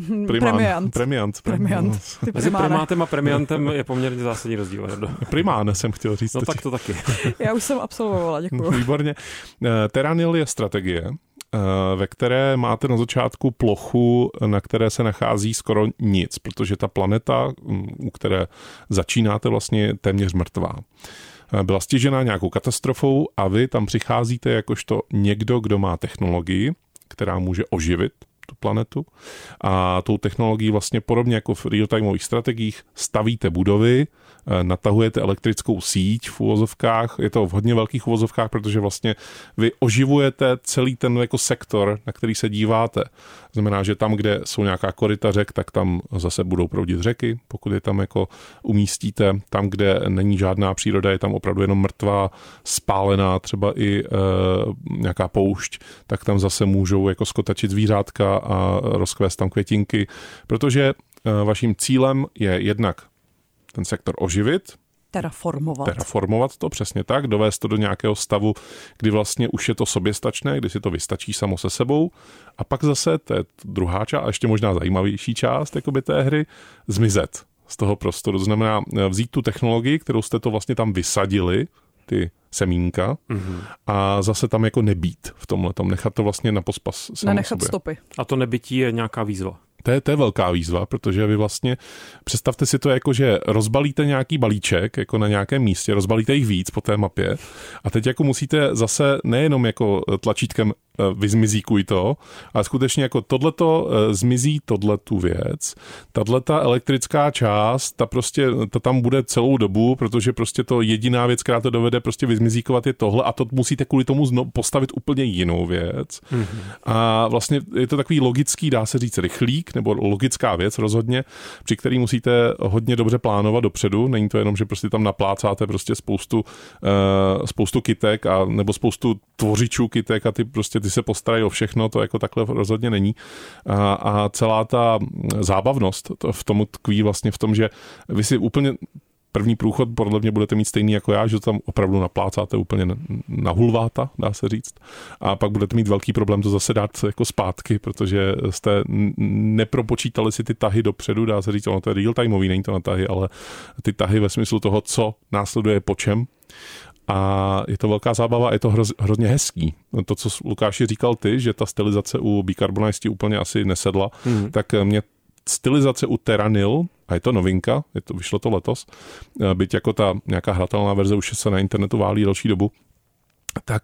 premiant. Mezi primátem a premiantem je poměrně zásadní rozdíl. Primán jsem chtěl říct. No tak to taky. Já už jsem absolvovala, děkuji. Výborně. Terranil je strategie, ve které máte na začátku plochu, na které se nachází skoro nic, protože ta planeta, u které začínáte, vlastně téměř mrtvá. Byla stižená nějakou katastrofou a vy tam přicházíte jakožto někdo, kdo má technologii, která může oživit tu planetu a tou technologií vlastně podobně jako v real-timeových strategiích stavíte budovy, natahujete elektrickou síť v uvozovkách, je to v hodně velkých uvozovkách, protože vlastně vy oživujete celý ten jako sektor, na který se díváte. Znamená, že tam, kde jsou nějaká koryta řek, tak tam zase budou proudit řeky, pokud je tam jako umístíte. Tam, kde není žádná příroda, je tam opravdu jenom mrtvá, spálená třeba i nějaká poušť, tak tam zase můžou jako skotačit zvířátka a rozkvést tam květinky, protože vaším cílem je jednak ten sektor oživit, terraformovat to, přesně tak, dovést to do nějakého stavu, kdy vlastně už je to soběstačné, kdy si to vystačí samo se sebou a pak zase, to je druhá část a ještě možná zajímavější část jakoby té hry, zmizet z toho prostoru. To znamená vzít tu technologii, kterou jste to vlastně tam vysadili, ty semínka, a zase tam jako nebýt v tomhletom, nechat to vlastně na pospas nenechat stopy. A to nebytí je nějaká výzva. To je velká výzva, protože vy vlastně, představte si to jako, že rozbalíte nějaký balíček jako na nějakém místě, rozbalíte jich víc po té mapě a teď jako musíte zase nejenom jako tlačítkem vyzmizíkuj to, ale skutečně jako tohleto zmizí tohletu věc, tato elektrická část, ta tam bude celou dobu, protože prostě to jediná věc, která to dovede prostě vyzmizíkovat je tohle a to musíte kvůli tomu postavit úplně jinou věc. A vlastně je to takový logický, dá se říct, rychlík, nebo logická věc rozhodně, při který musíte hodně dobře plánovat dopředu. Není to jenom, že prostě tam naplácáte prostě spoustu kytek a nebo spoustu tvořičů kytek a ty se postarají o všechno, to jako takhle rozhodně není. A celá ta zábavnost v tom tkví vlastně v tom, že vy si úplně první průchod podle mě budete mít stejný jako já, že to tam opravdu naplácáte úplně na hulváta, dá se říct. A pak budete mít velký problém to zase dát jako zpátky, protože jste nepropočítali si ty tahy dopředu, dá se říct, ono to je real-timeový, není to na tahy, ale ty tahy ve smyslu toho, co následuje po čem. A je to velká zábava a je to hrozně hezký. To, co Lukáši říkal ty, že ta stylizace u Bicarbonate úplně asi nesedla, tak mě stylizace u Terranil, a je to novinka, vyšlo to letos, byť jako ta nějaká hratelná verze už se na internetu válí delší dobu, tak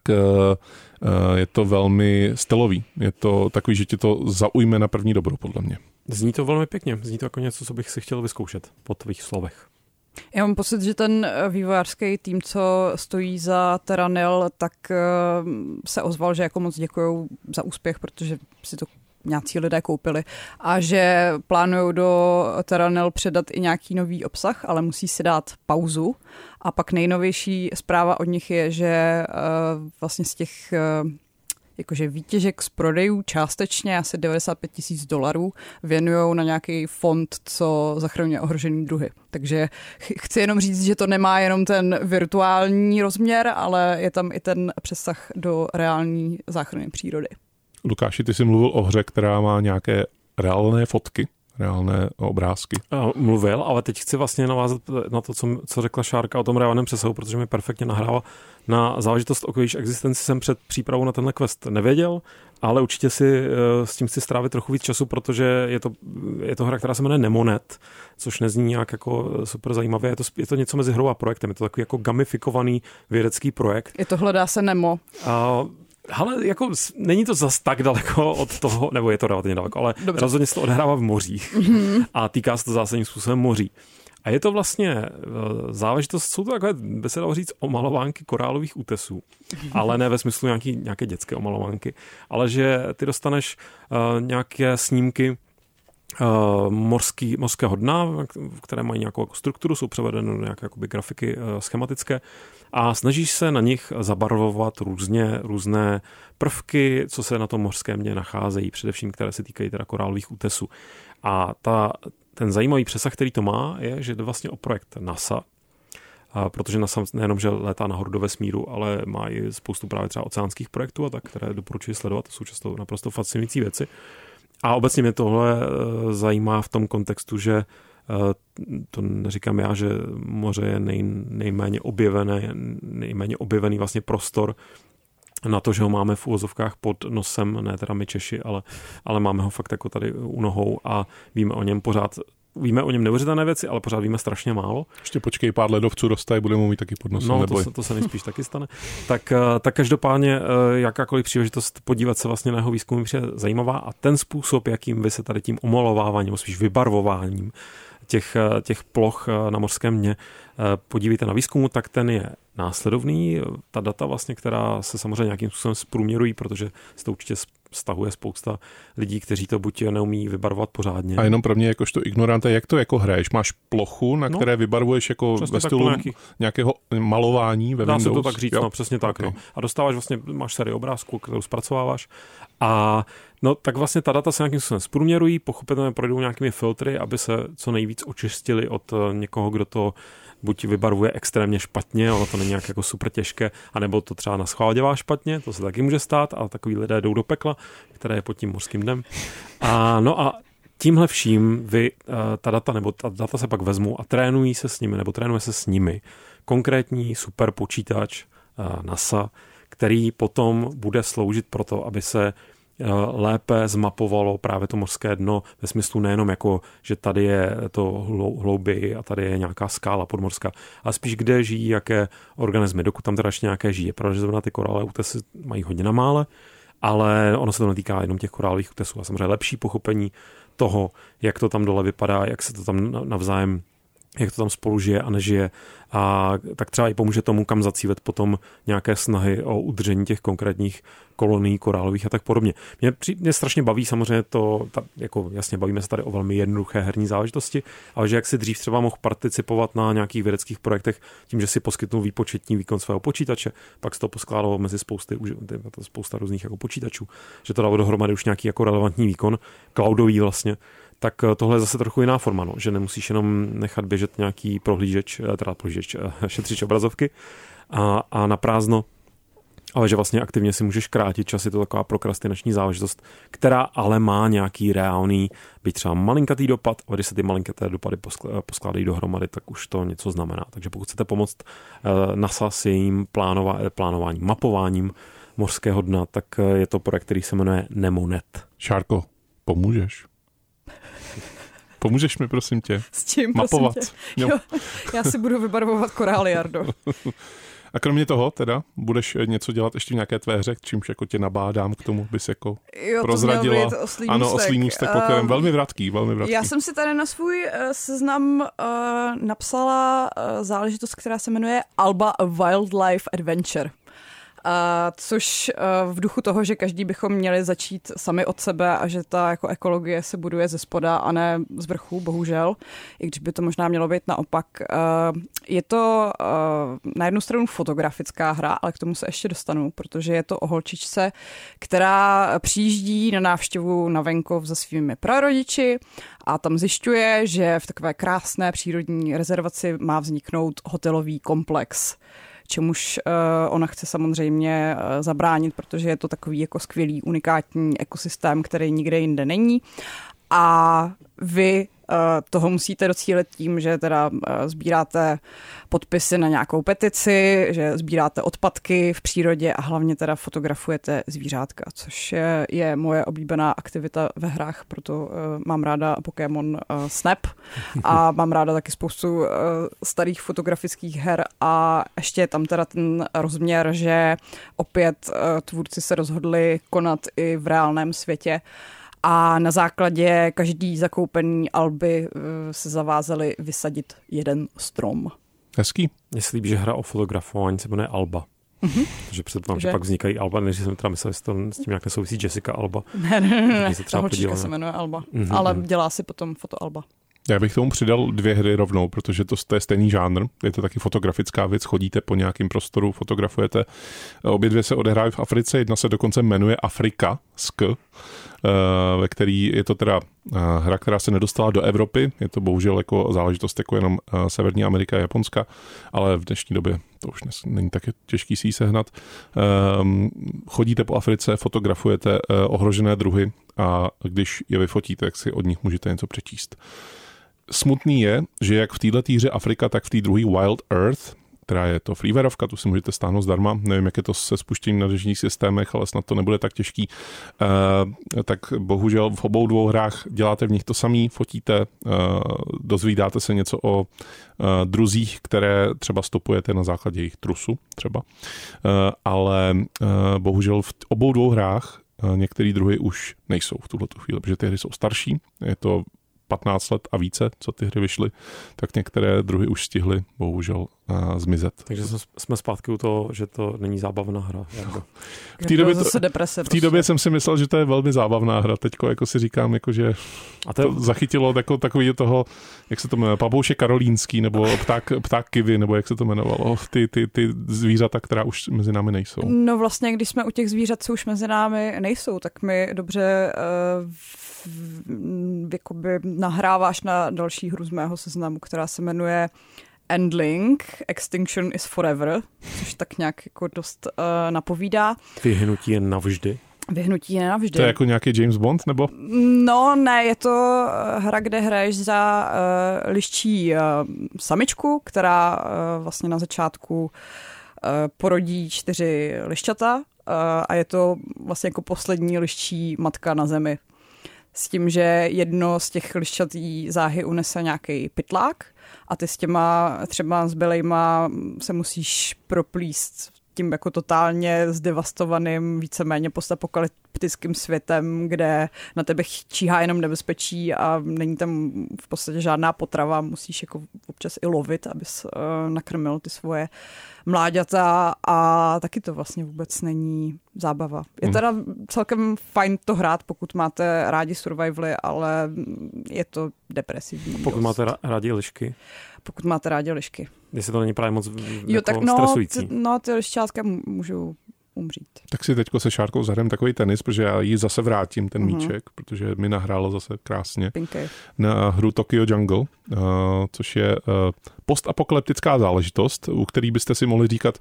je to velmi stylový. Je to takový, že tě to zaujme na první dobrou, podle mě. Zní to velmi pěkně. Zní to jako něco, co bych si chtěl vyzkoušet po tvých slovech. Já mám pocit, že ten vývojářský tým, co stojí za Terranil, tak se ozval, že jako moc děkujou za úspěch, protože si to nějací lidé koupili a že plánují do Terranil předat i nějaký nový obsah, ale musí si dát pauzu. A pak nejnovější zpráva od nich je, že vlastně z těch jakože výtěžek z prodejů částečně asi $95,000 věnujou na nějaký fond, co zachraňuje ohrožený druhy. Takže chci jenom říct, že to nemá jenom ten virtuální rozměr, ale je tam i ten přesah do reální záchrany přírody. Lukáši, ty jsi mluvil o hře, která má nějaké reálné fotky, reálné obrázky. Mluvil, ale teď chci vlastně navázat na to, co řekla Šárka o tom reálném přesahu, protože mi perfektně nahrává na záležitost, o jejíž existenci jsem před přípravou na tenhle quest nevěděl, ale určitě si s tím chci strávit trochu víc času, protože je to hra, která se jmenuje Nemonet, což nezní nějak jako super zajímavě. Je to něco mezi hrou a projektem. Je to takový jako gamifikovaný vědecký projekt. Je to Hledá se Nemo. Ale jako není to zas tak daleko od toho, nebo je to relativně daleko, ale dobře. Rozhodně se to odehrává v mořích a týká se to zásadním způsobem moří. A je to vlastně záležitost, jsou to takové, by se dalo říct, omalovánky korálových útesů, ale ne ve smyslu nějaké dětské omalovánky, ale že ty dostaneš nějaké snímky mořského dna, které mají nějakou jako strukturu, jsou převedeny do nějaké jakoby grafiky schematické a snažíš se na nich zabarvovat různé prvky, co se na tom mořském dně nacházejí, především které se týkají teda korálových útesů. A ten zajímavý přesah, který to má, je, že jde vlastně o projekt NASA, protože NASA nejenom, že létá nahoru do vesmíru, ale má i spoustu právě třeba oceánských projektů a tak, které doporučuji sledovat, to jsou často naprosto fascinující věci. A obecně mě tohle zajímá v tom kontextu, že to neříkám já, že moře je nejméně objevený vlastně prostor na to, že ho máme v úvozovkách pod nosem, ne teda my Češi, ale máme ho fakt jako tady u nohou a víme o něm neuvěřitelné věci, ale pořád víme strašně málo. Ještě počkej, pár ledovců roste, budeme mít taky pod nosem. No, to se nejspíš taky stane. Tak každopádně jakákoliv příležitost podívat se vlastně na jeho výzkum je zajímavá a ten způsob, jakým vy se tady tím omalováváním, spíš vybarvováním těch ploch na mořském dně podívejte na výzkumu, tak ten je následovný. Ta data vlastně, která se samozřejmě nějakým způsobem zprůměrují, protože se to určitě stahuje spousta lidí, kteří to buď neumí vybarvovat pořádně. A jenom pro mě jakožto ignoranta, jak to jako hraješ? Máš plochu, na které vybarvuješ jako ve stylu nějakého malování ve Windows? Dá se to tak říct, no, přesně tak. Okay. No. A dostáváš vlastně, máš sérii obrázků, kterou zpracováváš a no tak vlastně ta data se nějakým způsobem zprůměrují, pochopitelně projdou nějakými filtry, aby se co nejvíc očistili od někoho, kdo to buď vybarvuje extrémně špatně, ono to není nějak jako super těžké, anebo to třeba na schvál dělá špatně, to se taky může stát, ale takový lidé jdou do pekla, které je pod tím mořským dnem. A tímhle vším ta data se pak vezmou a trénuje se s nimi konkrétní super počítač NASA, který potom bude sloužit pro to, aby se lépe zmapovalo právě to mořské dno ve smyslu nejenom jako, že tady je to hlouběji a tady je nějaká skála podmořská, ale spíš kde žijí jaké organismy, dokud tam teda ještě nějaké žijí. Protože zrovna ty korálové útesy mají hodně na mále, ale ono se to netýká jenom těch korálových útesů a samozřejmě lepší pochopení toho, jak to tam dole vypadá, jak se to tam navzájem, jak to tam spolu žije a nežije a tak třeba i pomůže tomu, kam zacílit potom nějaké snahy o udržení těch konkrétních kolonií korálových a tak podobně. Mě strašně baví samozřejmě jako jasně bavíme se tady o velmi jednoduché herní záležitosti, ale že jak si dřív třeba mohl participovat na nějakých vědeckých projektech tím, že si poskytnul výpočetní výkon svého počítače, pak se to poskládalo mezi spousta různých jako počítačů, že to dalo dohromady už nějaký jako relevantní výkon, cloudový vlastně. Tak tohle je zase trochu jiná forma, no, že nemusíš jenom nechat běžet nějaký šetřič obrazovky a na prázdno, ale že vlastně aktivně si můžeš krátit čas, je to taková prokrastinační záležitost, která ale má nějaký reálný, byť třeba malinkatý dopad, a když se ty malinkaté dopady poskládají dohromady, tak už to něco znamená. Takže pokud chcete pomoct NASA s jejím plánováním, mapováním mořského dna, tak je to projekt, který se jmenuje Nemonet. Šárko, pomůžeš? Pomůžeš mi, prosím tě? S čím, mapovat. Prosím tě? Jo, já si budu vybarvovat korály, Jardo. A kromě toho teda budeš něco dělat ještě v nějaké tvé hře, čímž jako tě nabádám k tomu, bys jako prozradila. Oslí můstek, pokrém. Velmi vratký. Já jsem si tady na svůj seznam napsala záležitost, která se jmenuje Alba A Wildlife Adventure. Což v duchu toho, že každý bychom měli začít sami od sebe a že ta jako ekologie se buduje ze spoda a ne z vrchu, bohužel, i když by to možná mělo být naopak. Je to na jednu stranu fotografická hra, ale k tomu se ještě dostanu, protože je to o holčičce, která přijíždí na návštěvu na venkov se svými prarodiči a tam zjišťuje, že v takové krásné přírodní rezervaci má vzniknout hotelový komplex, čemuž ona chce samozřejmě zabránit, protože je to takový jako skvělý, unikátní ekosystém, který nikde jinde není. A vy toho musíte docílit tím, že teda sbíráte podpisy na nějakou petici, že sbíráte odpadky v přírodě a hlavně teda fotografujete zvířátka, což je moje oblíbená aktivita ve hrách, proto mám ráda Pokémon Snap a mám ráda taky spoustu starých fotografických her a ještě je tam teda ten rozměr, že opět tvůrci se rozhodli konat i v reálném světě. A na základě každý zakoupený alby se zavázali vysadit jeden strom. Hezký. Mně se líbí, že hra o fotografování se jmenuje Alba. Mm-hmm. Takže předpokládám, že pak vznikají Alba, než jsem teda myslel, že to s tím nějak nesouvisí Jessica Alba. Ne, ta holčička se jmenuje Alba, ale dělá si potom fotoalba. Já bych tomu přidal 2 hry rovnou, protože to je stejný žánr. Je to taky fotografická věc, chodíte po nějakém prostoru, fotografujete. Obě dvě se odehrávají v Africe, jedna se dokonce jmenuje Afrika, ve který je to teda hra, která se nedostala do Evropy. Je to bohužel jako záležitost jako jenom Severní Amerika a Japonska, ale v dnešní době to už není tak těžký si ji sehnat. Chodíte po Africe, fotografujete ohrožené druhy a když je vyfotíte, tak si od nich můžete něco přečíst. Smutný je, že jak v této hře Afrika, tak v té druhé Wild Earth, která je to freewareovka, tu si můžete stáhnout zdarma. Nevím, jak je to se spuštěním na běžných systémech, ale snad to nebude tak těžký. Tak bohužel v obou 2 hrách děláte v nich to samý, fotíte, dozvídáte se něco o druzích, které třeba stopujete na základě jejich trusu třeba. Ale bohužel v obou 2 hrách některé druhy už nejsou v tuhletu chvíli, protože ty hry jsou starší, je to 15 let a více, co ty hry vyšly, tak některé druhy už stihly bohužel zmizet. Takže jsme zpátky u toho, že to není zábavná hra. V té době jsem si myslel, že to je velmi zábavná hra. Teďko jako si říkám, jako, že to zachytilo takový toho, jak se to jmenuje, Pavoušek karolínský, nebo pták kivy, nebo jak se to jmenovalo, ty zvířata, která už mezi námi nejsou. No vlastně, když jsme u těch zvířat, co už mezi námi nejsou, tak mi dobře jakoby nahráváš na další hru z mého seznamu, která se jmenuje Endling, Extinction is Forever, což tak nějak jako dost napovídá. Vyhnutí je navždy. Vyhnutí je navždy. To je jako nějaký James Bond, nebo? No ne, je to hra, kde hraješ za liščí samičku, která vlastně na začátku porodí 4 liščata a je to vlastně jako poslední liščí matka na zemi. S tím, že jedno z těch liščat jí záhy unese nějaký pytlák a ty s těma třeba zbylejma se musíš proplíst tím jako totálně zdevastovaným, víceméně postapokalyptickým světem, kde na tebe číhá jenom nebezpečí a není tam v podstatě žádná potrava, musíš jako občas i lovit, abys nakrmil ty svoje mláďata a taky to vlastně vůbec není zábava. Je teda celkem fajn to hrát, pokud máte rádi survivaly, ale je to depresivní. Pokud máte rádi lišky? Pokud máte rádi lišky. Jestli to není právě moc stresující. Ty lišťátka můžou umřít. Tak si teďko se Šárkou zahrajeme takový tenis, protože já jí zase vrátím ten míček, protože mi nahrálo zase krásně na hru Tokyo Jungle, což je postapokalyptická záležitost, u který byste si mohli říkat,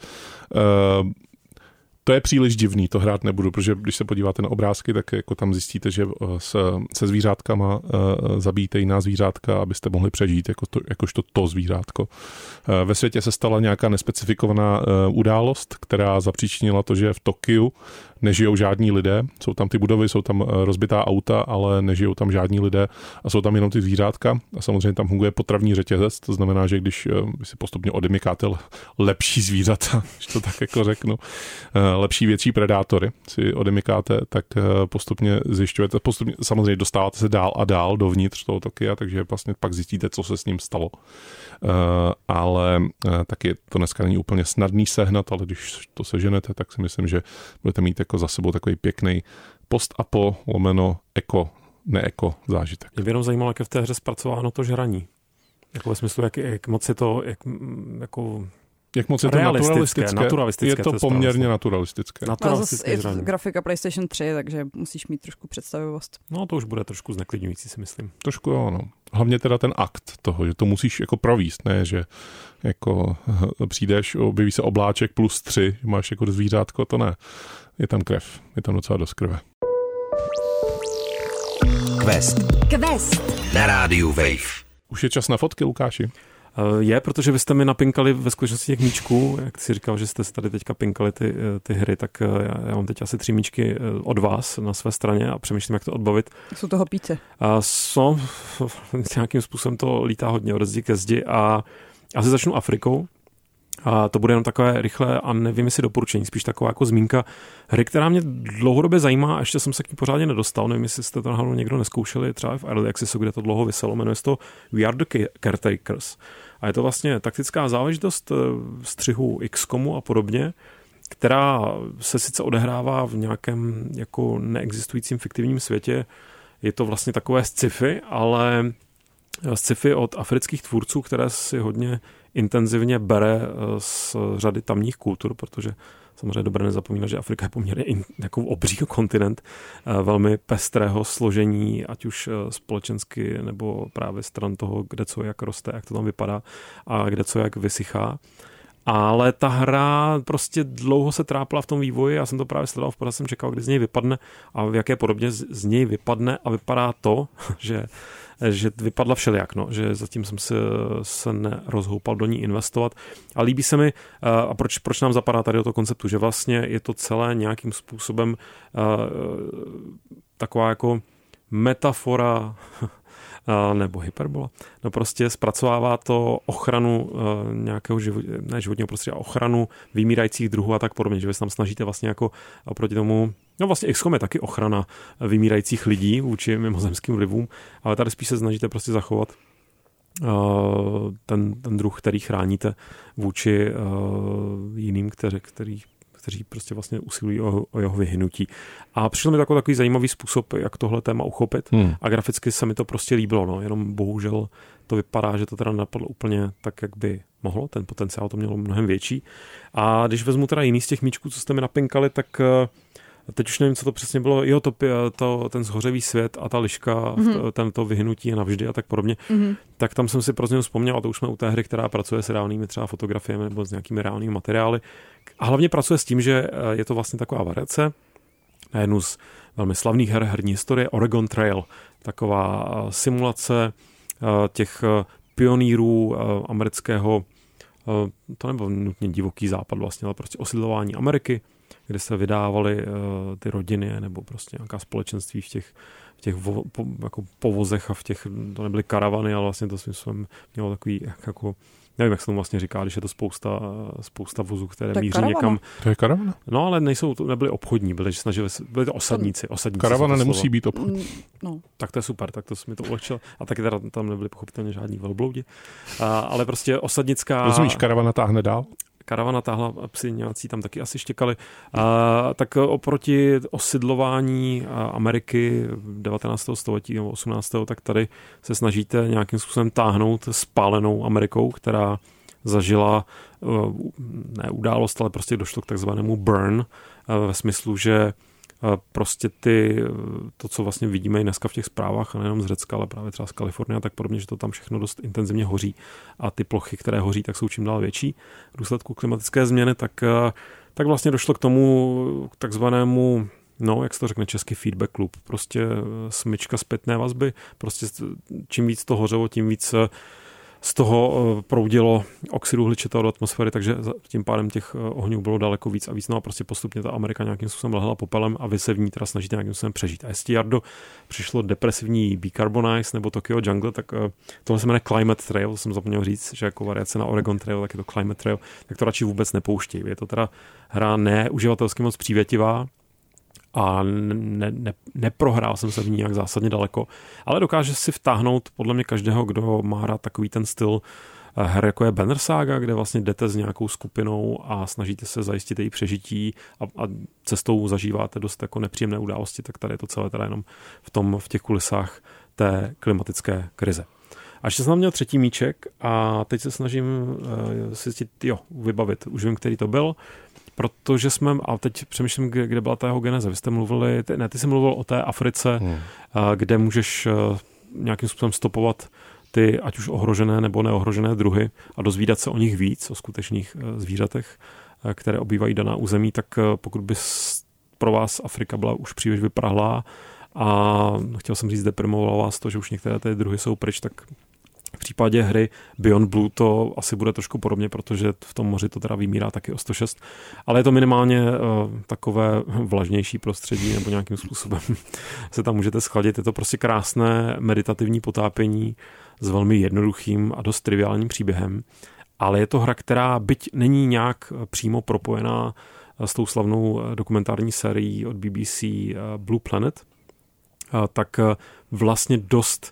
to je příliš divný, to hrát nebudu, protože když se podíváte na obrázky, tak jako tam zjistíte, že se zvířátkama zabíjíte jiná zvířátka, abyste mohli přežít jakožto to zvířátko. Ve světě se stala nějaká nespecifikovaná událost, která zapříčinila to, že v Tokiu nežijou žádní lidé, jsou tam ty budovy, jsou tam rozbitá auta, ale nežijou tam žádní lidé a jsou tam jenom ty zvířátka a samozřejmě tam funguje potravní řetězec, to znamená, že když vy si postupně odemykáte lepší zvířata, když to tak jako řeknu, lepší větší predátory si odemykáte, tak postupně zjišťujete, samozřejmě dostáváte se dál a dál dovnitř toho Tokia, takže vlastně pak zjistíte, co se s ním stalo. Ale taky to dneska není úplně snadný sehnat, ale když to seženete, tak si myslím, že budete mít jako za sebou takový pěkný post-apo eko ne-eko zážitek. Mě by jenom zajímalo, jak je v té hře zpracováno to žraní. Jako ve smyslu, jak moc je to Jak moc je to naturalistické? Je to poměrně naturalistické. Je to grafika PlayStation 3, takže musíš mít trošku představivost. No to už bude trošku zneklidňující, si myslím. Trošku jo, no. Hlavně teda ten akt toho, že to musíš jako províst, ne, že jako přijdeš, objeví se obláček +3, máš jako zvířátko, to ne. Je tam krev, je tam docela dost krve. Quest na rádiu Wave. Už je čas na fotky, Lukáši? Je, protože vy jste mi napinkali ve skutečnosti těch míčků, jak jsi říkal, že jste tady teďka pinkali ty hry, tak já mám teď asi 3 míčky od vás na své straně a přemýšlím, jak to odbavit. Jsou toho píce. Nějakým způsobem to lítá hodně od zdi ke zdi a asi začnu Afrikou. A to bude jenom takové rychlé a nevím, jestli doporučení, spíš taková jako zmínka hry, která mě dlouhodobě zajímá a ještě jsem se k ní pořádně nedostal. Nevím, jestli jste to náhodou někdo neskoušeli, třeba v Early Accessu, kde to dlouho vyselo, jmenuje se to We Are the Caretakers. A je to vlastně taktická záležitost střihu XCOMu a podobně, která se sice odehrává v nějakém jako neexistujícím fiktivním světě. Je to vlastně takové sci-fi, ale sci-fi od afrických tvůrců, které si hodně intenzivně bere z řady tamních kultur, protože samozřejmě dobré nezapomínat, že Afrika je poměrně jako obří kontinent velmi pestrého složení, ať už společensky nebo právě stran toho, kde co jak roste, jak to tam vypadá a kde co jak vysychá. Ale ta hra prostě dlouho se trápila v tom vývoji, já jsem to právě sledoval, v pořád jsem čekal, kdy z něj vypadne a v jaké podobně z něj vypadne a vypadá to, že vypadla všelijak, no, že zatím jsem se nerozhoupal do ní investovat. A líbí se mi, a proč nám zapadá tady do toho konceptu, že vlastně je to celé nějakým způsobem taková jako metafora nebo hyperbola. No prostě zpracovává to ochranu nějakého životního prostředí a ochranu vymírajících druhů a tak podobně, že vy se tam snažíte vlastně jako oproti tomu, no vlastně XCOM je taky ochrana vymírajících lidí vůči mimozemským vlivům, ale tady spíš se snažíte prostě zachovat ten druh, který chráníte vůči jiným, kteří prostě vlastně usilují o jeho vyhynutí. A přišlo mi takový zajímavý způsob, jak tohle téma uchopit a graficky se mi to prostě líbilo, no, jenom bohužel to vypadá, že to teda napadlo úplně tak, jak by mohlo, ten potenciál to mělo mnohem větší. A když vezmu teda jiný z těch míčků, co jste mi napinkali, tak teď už nevím, co to přesně bylo, ten zhořevý svět a ta liška, to vyhnutí je navždy a tak podobně, tak tam jsem si pro změnu vzpomněl, a to už jsme u té hry, která pracuje s reálnými třeba fotografiemi nebo s nějakými reálnými materiály. A hlavně pracuje s tím, že je to vlastně taková variace na jednu z velmi slavných her herní historie, Oregon Trail, taková simulace těch pionýrů amerického, to nebyl nutně divoký západ vlastně, ale prostě osidlování Ameriky, kde se vydávaly ty rodiny nebo prostě nějaká společenství v těch jako povozech a v těch, to nebyly karavany, ale vlastně to svým způsobem mělo takový jako, nevím, jak se tomu vlastně říká, když je to spousta vozů, které tak míří karavana. někam. To je karavana? No, ale nebyly obchodní, byli to osadníci. Karavana nemusí být obchodní. No. Tak to je super, tak to mi to ulehčilo. A taky teda tam nebyly pochopitelně žádní velbloudi. Ale prostě osadnická... Rozumíš, karavana táhne dál? Karavana táhla, psi nějací tam taky asi štěkali. Tak oproti osidlování Ameriky 19. století nebo 18. tak tady se snažíte nějakým způsobem táhnout spálenou Amerikou, která zažila ne událost, ale prostě došlo k takzvanému burn ve smyslu, že prostě to, co vlastně vidíme i dneska v těch zprávách, a nejenom z Řecka, ale právě třeba z Kalifornie a tak podobně, že to tam všechno dost intenzivně hoří a ty plochy, které hoří, tak jsou čím dál větší. V důsledku klimatické změny, tak vlastně došlo k tomu takzvanému, no, jak se to řekne česky, feedback loop, prostě smyčka zpětné vazby, prostě čím víc to hořelo, tím víc z toho proudilo oxidu uhličitého do atmosféry, takže tím pádem těch ohňů bylo daleko víc a víc. No a prostě postupně ta Amerika nějakým způsobem lehla popelem a vy se v ní teda snažíte nějakým způsobem přežít. A jestli, Jardo, přišlo depresivní Decarbonize nebo Tokyo Jungle, tak tohle se jmenuje Climate Trail, to jsem zapomněl říct, že jako variace na Oregon Trail, tak je to Climate Trail, tak to radši vůbec nepouští. Je to teda hra neuživatelsky moc přívětivá, a neprohrál jsem se v ní nějak zásadně daleko, ale dokáže si vtáhnout podle mě každého, kdo má rád takový ten styl her, jako je Banner Saga, kde vlastně jdete s nějakou skupinou a snažíte se zajistit její přežití a cestou zažíváte dost jako nepříjemné události, tak tady je to celé teda jenom v těch kulisách té klimatické krize. A ještě jsem tam měl třetí míček a teď se snažím vybavit, už vím, který to byl, protože a teď přemýšlím, kde byla ta jeho geneze. Vy jste mluvili, ty jsi mluvil o té Africe, kde můžeš nějakým způsobem stopovat ty ať už ohrožené nebo neohrožené druhy a dozvídat se o nich víc, o skutečných zvířatech, které obývají daná území, tak pokud by pro vás Afrika byla už příliš vyprahlá a chtěl jsem říct, deprimovalo vás to, že už některé ty druhy jsou pryč, tak v případě hry Beyond Blue to asi bude trošku podobně, protože v tom moři to teda vymírá taky o 106, ale je to minimálně takové vlažnější prostředí nebo nějakým způsobem se tam můžete schladit. Je to prostě krásné meditativní potápění s velmi jednoduchým a dost triviálním příběhem, ale je to hra, která byť není nějak přímo propojená s tou slavnou dokumentární sérií od BBC Blue Planet, tak vlastně dost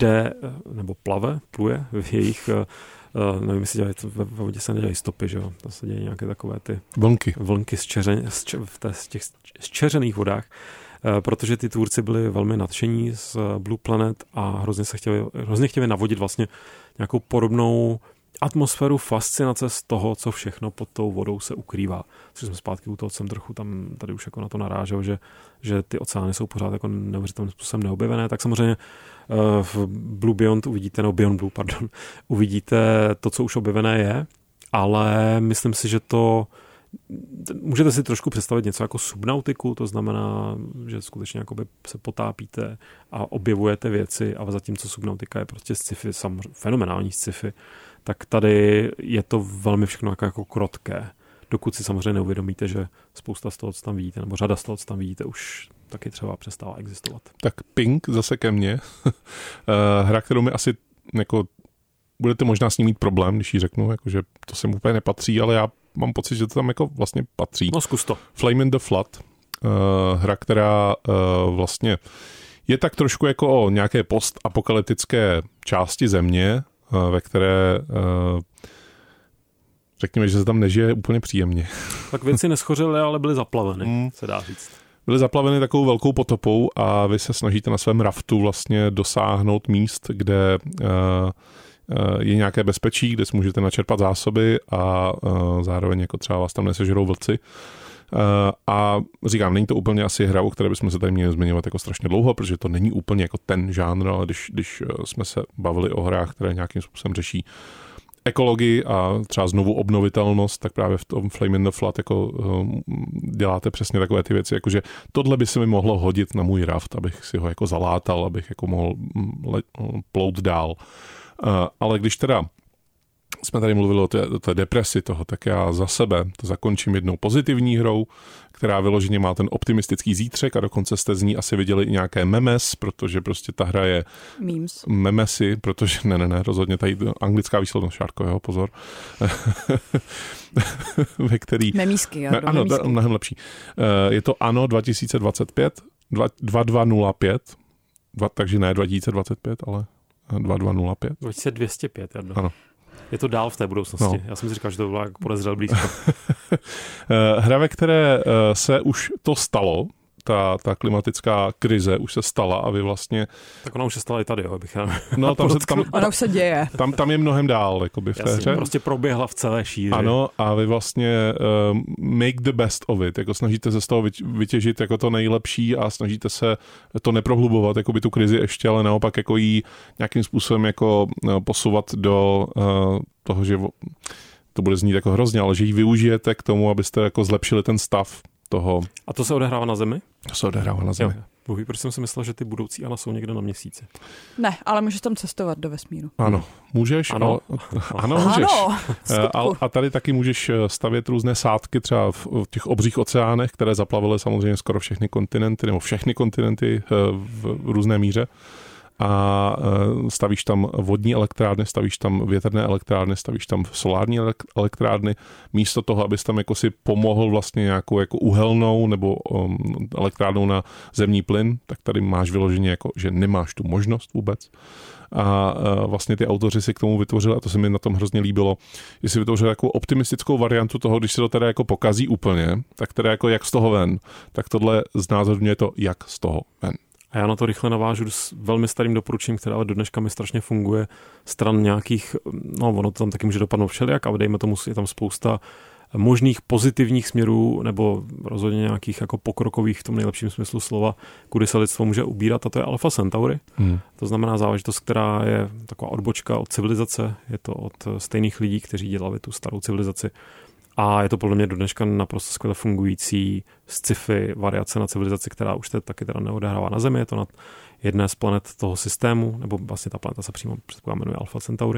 pluje v jejich, nevím, jestli dělají, ve vodě se nedělají stopy, že jo, to se dějí nějaké takové ty vlnky v těch zčeřených vodách, protože ty tvůrci byli velmi nadšení z Blue Planet a hrozně chtěli navodit vlastně nějakou podobnou atmosféru fascinace z toho, co všechno pod tou vodou se ukrývá. Což jsme zpátky u toho, jsem trochu tady už jako na to narážel, že ty oceány jsou pořád jako neuvěřitelným způsobem neobjevené, tak samozřejmě v Blue Beyond Beyond Blue, uvidíte to, co už objevené je, ale myslím si, že můžete si trošku představit něco jako subnautiku, to znamená, že skutečně jakoby se potápíte a objevujete věci a zatímco subnautika je prostě sci-fi, fenomenální sci-fi, tak tady je to velmi všechno jako krotké. Dokud si samozřejmě neuvědomíte, že spousta z toho, co tam vidíte, nebo řada z toho, co tam vidíte, už taky třeba přestává existovat. Tak Pink zase ke mně. Hra, kterou mi asi jako budete možná s ní mít problém, když ji řeknu, jakože to se mu úplně nepatří, ale já mám pocit, že to tam jako vlastně patří. No zkus to. Flame in the Flood. Hra, která vlastně je tak trošku jako o nějaké postapokalyptické části země, ve které řekněme, že se tam nežije úplně příjemně. Tak věci neschořily, ale byly zaplaveny, se dá říct. Byly zaplaveny takovou velkou potopou a vy se snažíte na svém raftu vlastně dosáhnout míst, kde je nějaké bezpečí, kde si můžete načerpat zásoby a zároveň jako třeba vás tam nesežerou vlci. A říkám, není to úplně asi hra, o které bychom se tady měli zmiňovat jako strašně dlouho, protože to není úplně jako ten žánr, ale když jsme se bavili o hrách, které nějakým způsobem řeší ekologii a třeba znovu obnovitelnost, tak právě v tom Flame in the Flood jako děláte přesně takové ty věci, jakože tohle by se mi mohlo hodit na můj raft, abych si ho jako zalátal, abych jako mohl plout dál. Ale když teda jsme tady mluvili o té depresi toho, tak já za sebe to zakončím jednou pozitivní hrou, která vyloženě má ten optimistický zítřek a dokonce jste z ní asi viděli i nějaké memes, protože prostě ta hra je memes. Memesy, protože ne, rozhodně tady anglická výslovnost, Šárko, jeho pozor. Ve který... Memísky, jo. Ano, mnohem lepší. Je to ANO 2025, 2205, takže ne 2025, ale 2205. 2205, Jardo. Ano. Je to dál v té budoucnosti. No. Já jsem si říkal, že to bylo jako podezřel blízko. Hra, ve které se už to stalo, ta klimatická krize už se stala a vy vlastně... Tak ona už se stala i tady, jo, bych já... No, ona už se děje. Tam je mnohem dál, jakoby v té hře. Prostě proběhla v celé šíři. Ano, a vy vlastně make the best of it, jako snažíte se z toho vytěžit jako to nejlepší a snažíte se to neprohlubovat, jako by tu krizi ještě, ale naopak jako jí nějakým způsobem jako posouvat do toho, že to bude znít jako hrozně, ale že ji využijete k tomu, abyste jako zlepšili ten stav toho. A to se odehrává na Zemi? To se odehrává na Zemi. Bohu, proč jsem si myslel, že ty budoucí ANA jsou někde na Měsíci. Ne, ale můžeš tam cestovat do vesmíru. Ano, můžeš. Ano, ano můžeš. Ano, a tady taky můžeš stavět různé sádky třeba v těch obřích oceánech, které zaplavily samozřejmě skoro všechny kontinenty, nebo všechny kontinenty v různé míře. A stavíš tam vodní elektrárny, stavíš tam větrné elektrárny, stavíš tam solární elektrárny, místo toho, abys tam jako si pomohl vlastně nějakou jako uhelnou nebo elektrárnou na zemní plyn, tak tady máš vyloženě jako, že nemáš tu možnost vůbec. A vlastně ty autoři si k tomu vytvořili, a to se mi na tom hrozně líbilo, že si vytvořili takovou optimistickou variantu toho, když se to teda jako pokazí úplně, tak teda jako jak z toho ven, tak tohle znázorňuje to, jak z toho ven. A já na to rychle navážu s velmi starým doporučením, které ale do dneška mi strašně funguje, stran nějakých, no ono to tam taky může dopadnout všelijak, ale dejme tomu, je tam spousta možných pozitivních směrů, nebo rozhodně nějakých jako pokrokových v tom nejlepším smyslu slova, kudy se lidstvo může ubírat, a to je Alpha Centauri. To znamená záležitost, která je taková odbočka od civilizace, je to od stejných lidí, kteří dělali tu starou civilizaci. A je to podle mě do dneška naprosto skvěle fungující sci-fi variace na civilizaci, která už taky teda neodehrává na Zemi. Je to na jedné z planet toho systému, nebo vlastně ta planeta se přímo jmenuje Alpha Centauri.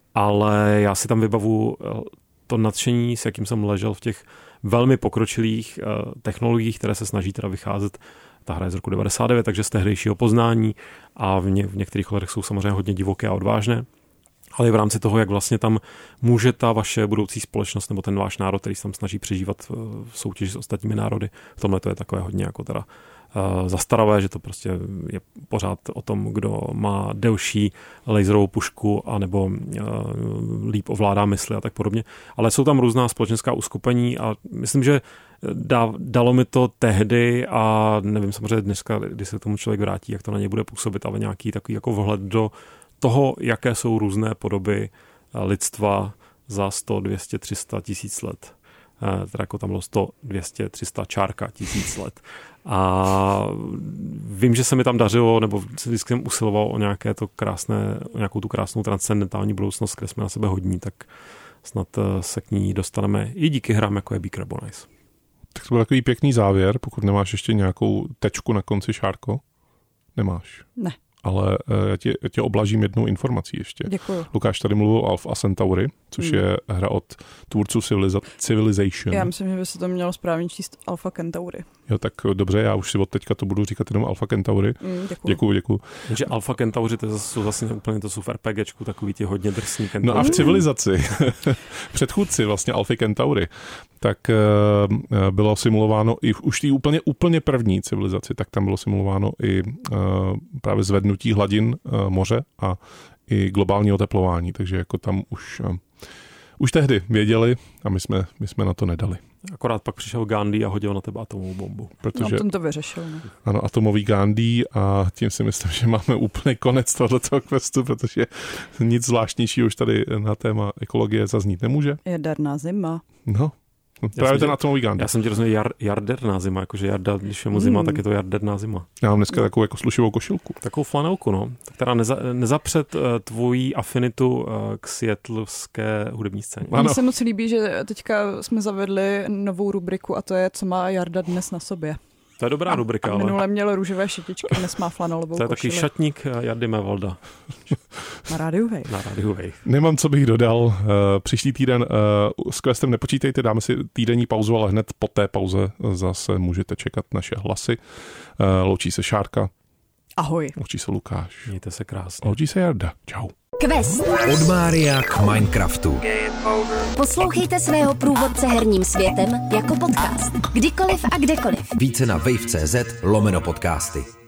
Ale já si tam vybavu to nadšení, s jakým jsem ležel v těch velmi pokročilých technologiích, které se snaží teda vycházet. Ta hra je z roku 99, takže z tehdejšího poznání a v některých ohledech jsou samozřejmě hodně divoké a odvážné. Ale i v rámci toho, jak vlastně tam může ta vaše budoucí společnost nebo ten váš národ, který se tam snaží přežívat v soutěži s ostatními národy, v tomhle to je takové hodně jako teda zastaravé, že to prostě je pořád o tom, kdo má delší laserovou pušku anebo líp ovládá mysli a tak podobně. Ale jsou tam různá společenská uskupení a myslím, že dalo mi to tehdy a nevím samozřejmě dneska, když se tomu člověk vrátí, jak to na něj bude působit, ale nějaký takový jako vhled do toho, jaké jsou různé podoby lidstva za 100, 200, 300 tisíc let. Teda jako tam bylo 100, 200, 300 čárka tisíc let. A vím, že se mi tam dařilo, nebo vždycky jsem usiloval o nějakou tu krásnou transcendentální budoucnost, kde jsme na sebe hodní, tak snad se k ní dostaneme i díky hrám, jako je Beak Rabonize. Tak to byl takový pěkný závěr, pokud nemáš ještě nějakou tečku na konci, Šárko. Nemáš? Ne. Ale já tě oblažím jednou informací ještě. Děkuju. Lukáš tady mluvil o Alpha Centauri, což je hra od tvůrců Civilization. Já myslím, že by se to mělo správně číst Alpha Centauri. Jo, tak dobře, já už si od teďka to budu říkat jenom Alpha Centauri. Děkuju. Takže Alpha Centauri to jsou zase úplně to jsou v RPGčku, takový ti hodně drsní Centauri. No a v Civilizaci, předchůdci vlastně Alpha Centauri, tak bylo simulováno i už té úplně první civilizaci, tak tam bylo simulováno i právě zvednutí hladin moře a i globální oteplování, takže jako tam už tehdy věděli a my jsme na to nedali. Akorát pak přišel Gandhi a hodil na tebe atomovou bombu. Protože, no, ten to vyřešil. Ne? Ano, atomový Gandhi a tím si myslím, že máme úplně konec tohoto questu, protože nic zvláštnějšího už tady na téma ekologie zaznít nemůže. Jaderná zima. No. Právě ten atomový Gandhi. Já jsem ti rozuměl jarderná zima, jakože jarda, když je mu zima, tak je to jarderná zima. Já mám dneska takovou jako slušivou košilku. Takovou flanelku, no, která nezapřed tvojí afinitu k seattleské hudební scéně. Mně se moc líbí, že teďka jsme zavedli novou rubriku a to je, co má Jarda dnes na sobě. To je dobrá rubrika, ale... minule měl růžové šetičky, dnes má flanelovou košili. To je košili. takový šatník Jardy Mevalda. Na rádiu Wave. Nemám, co bych dodal. Příští týden s questem nepočítejte, dáme si týdenní pauzu, ale hned po té pauze zase můžete čekat naše hlasy. Loučí se Šárka. Ahoj. Loučí se Lukáš. Mějte se krásně. Loučí se Jarda. Čau. Quest. Od Mária k Minecraftu. Poslouchejte svého průvodce herním světem jako podcast. Kdykoliv a kdekoliv. Více na wave.cz/podcasty.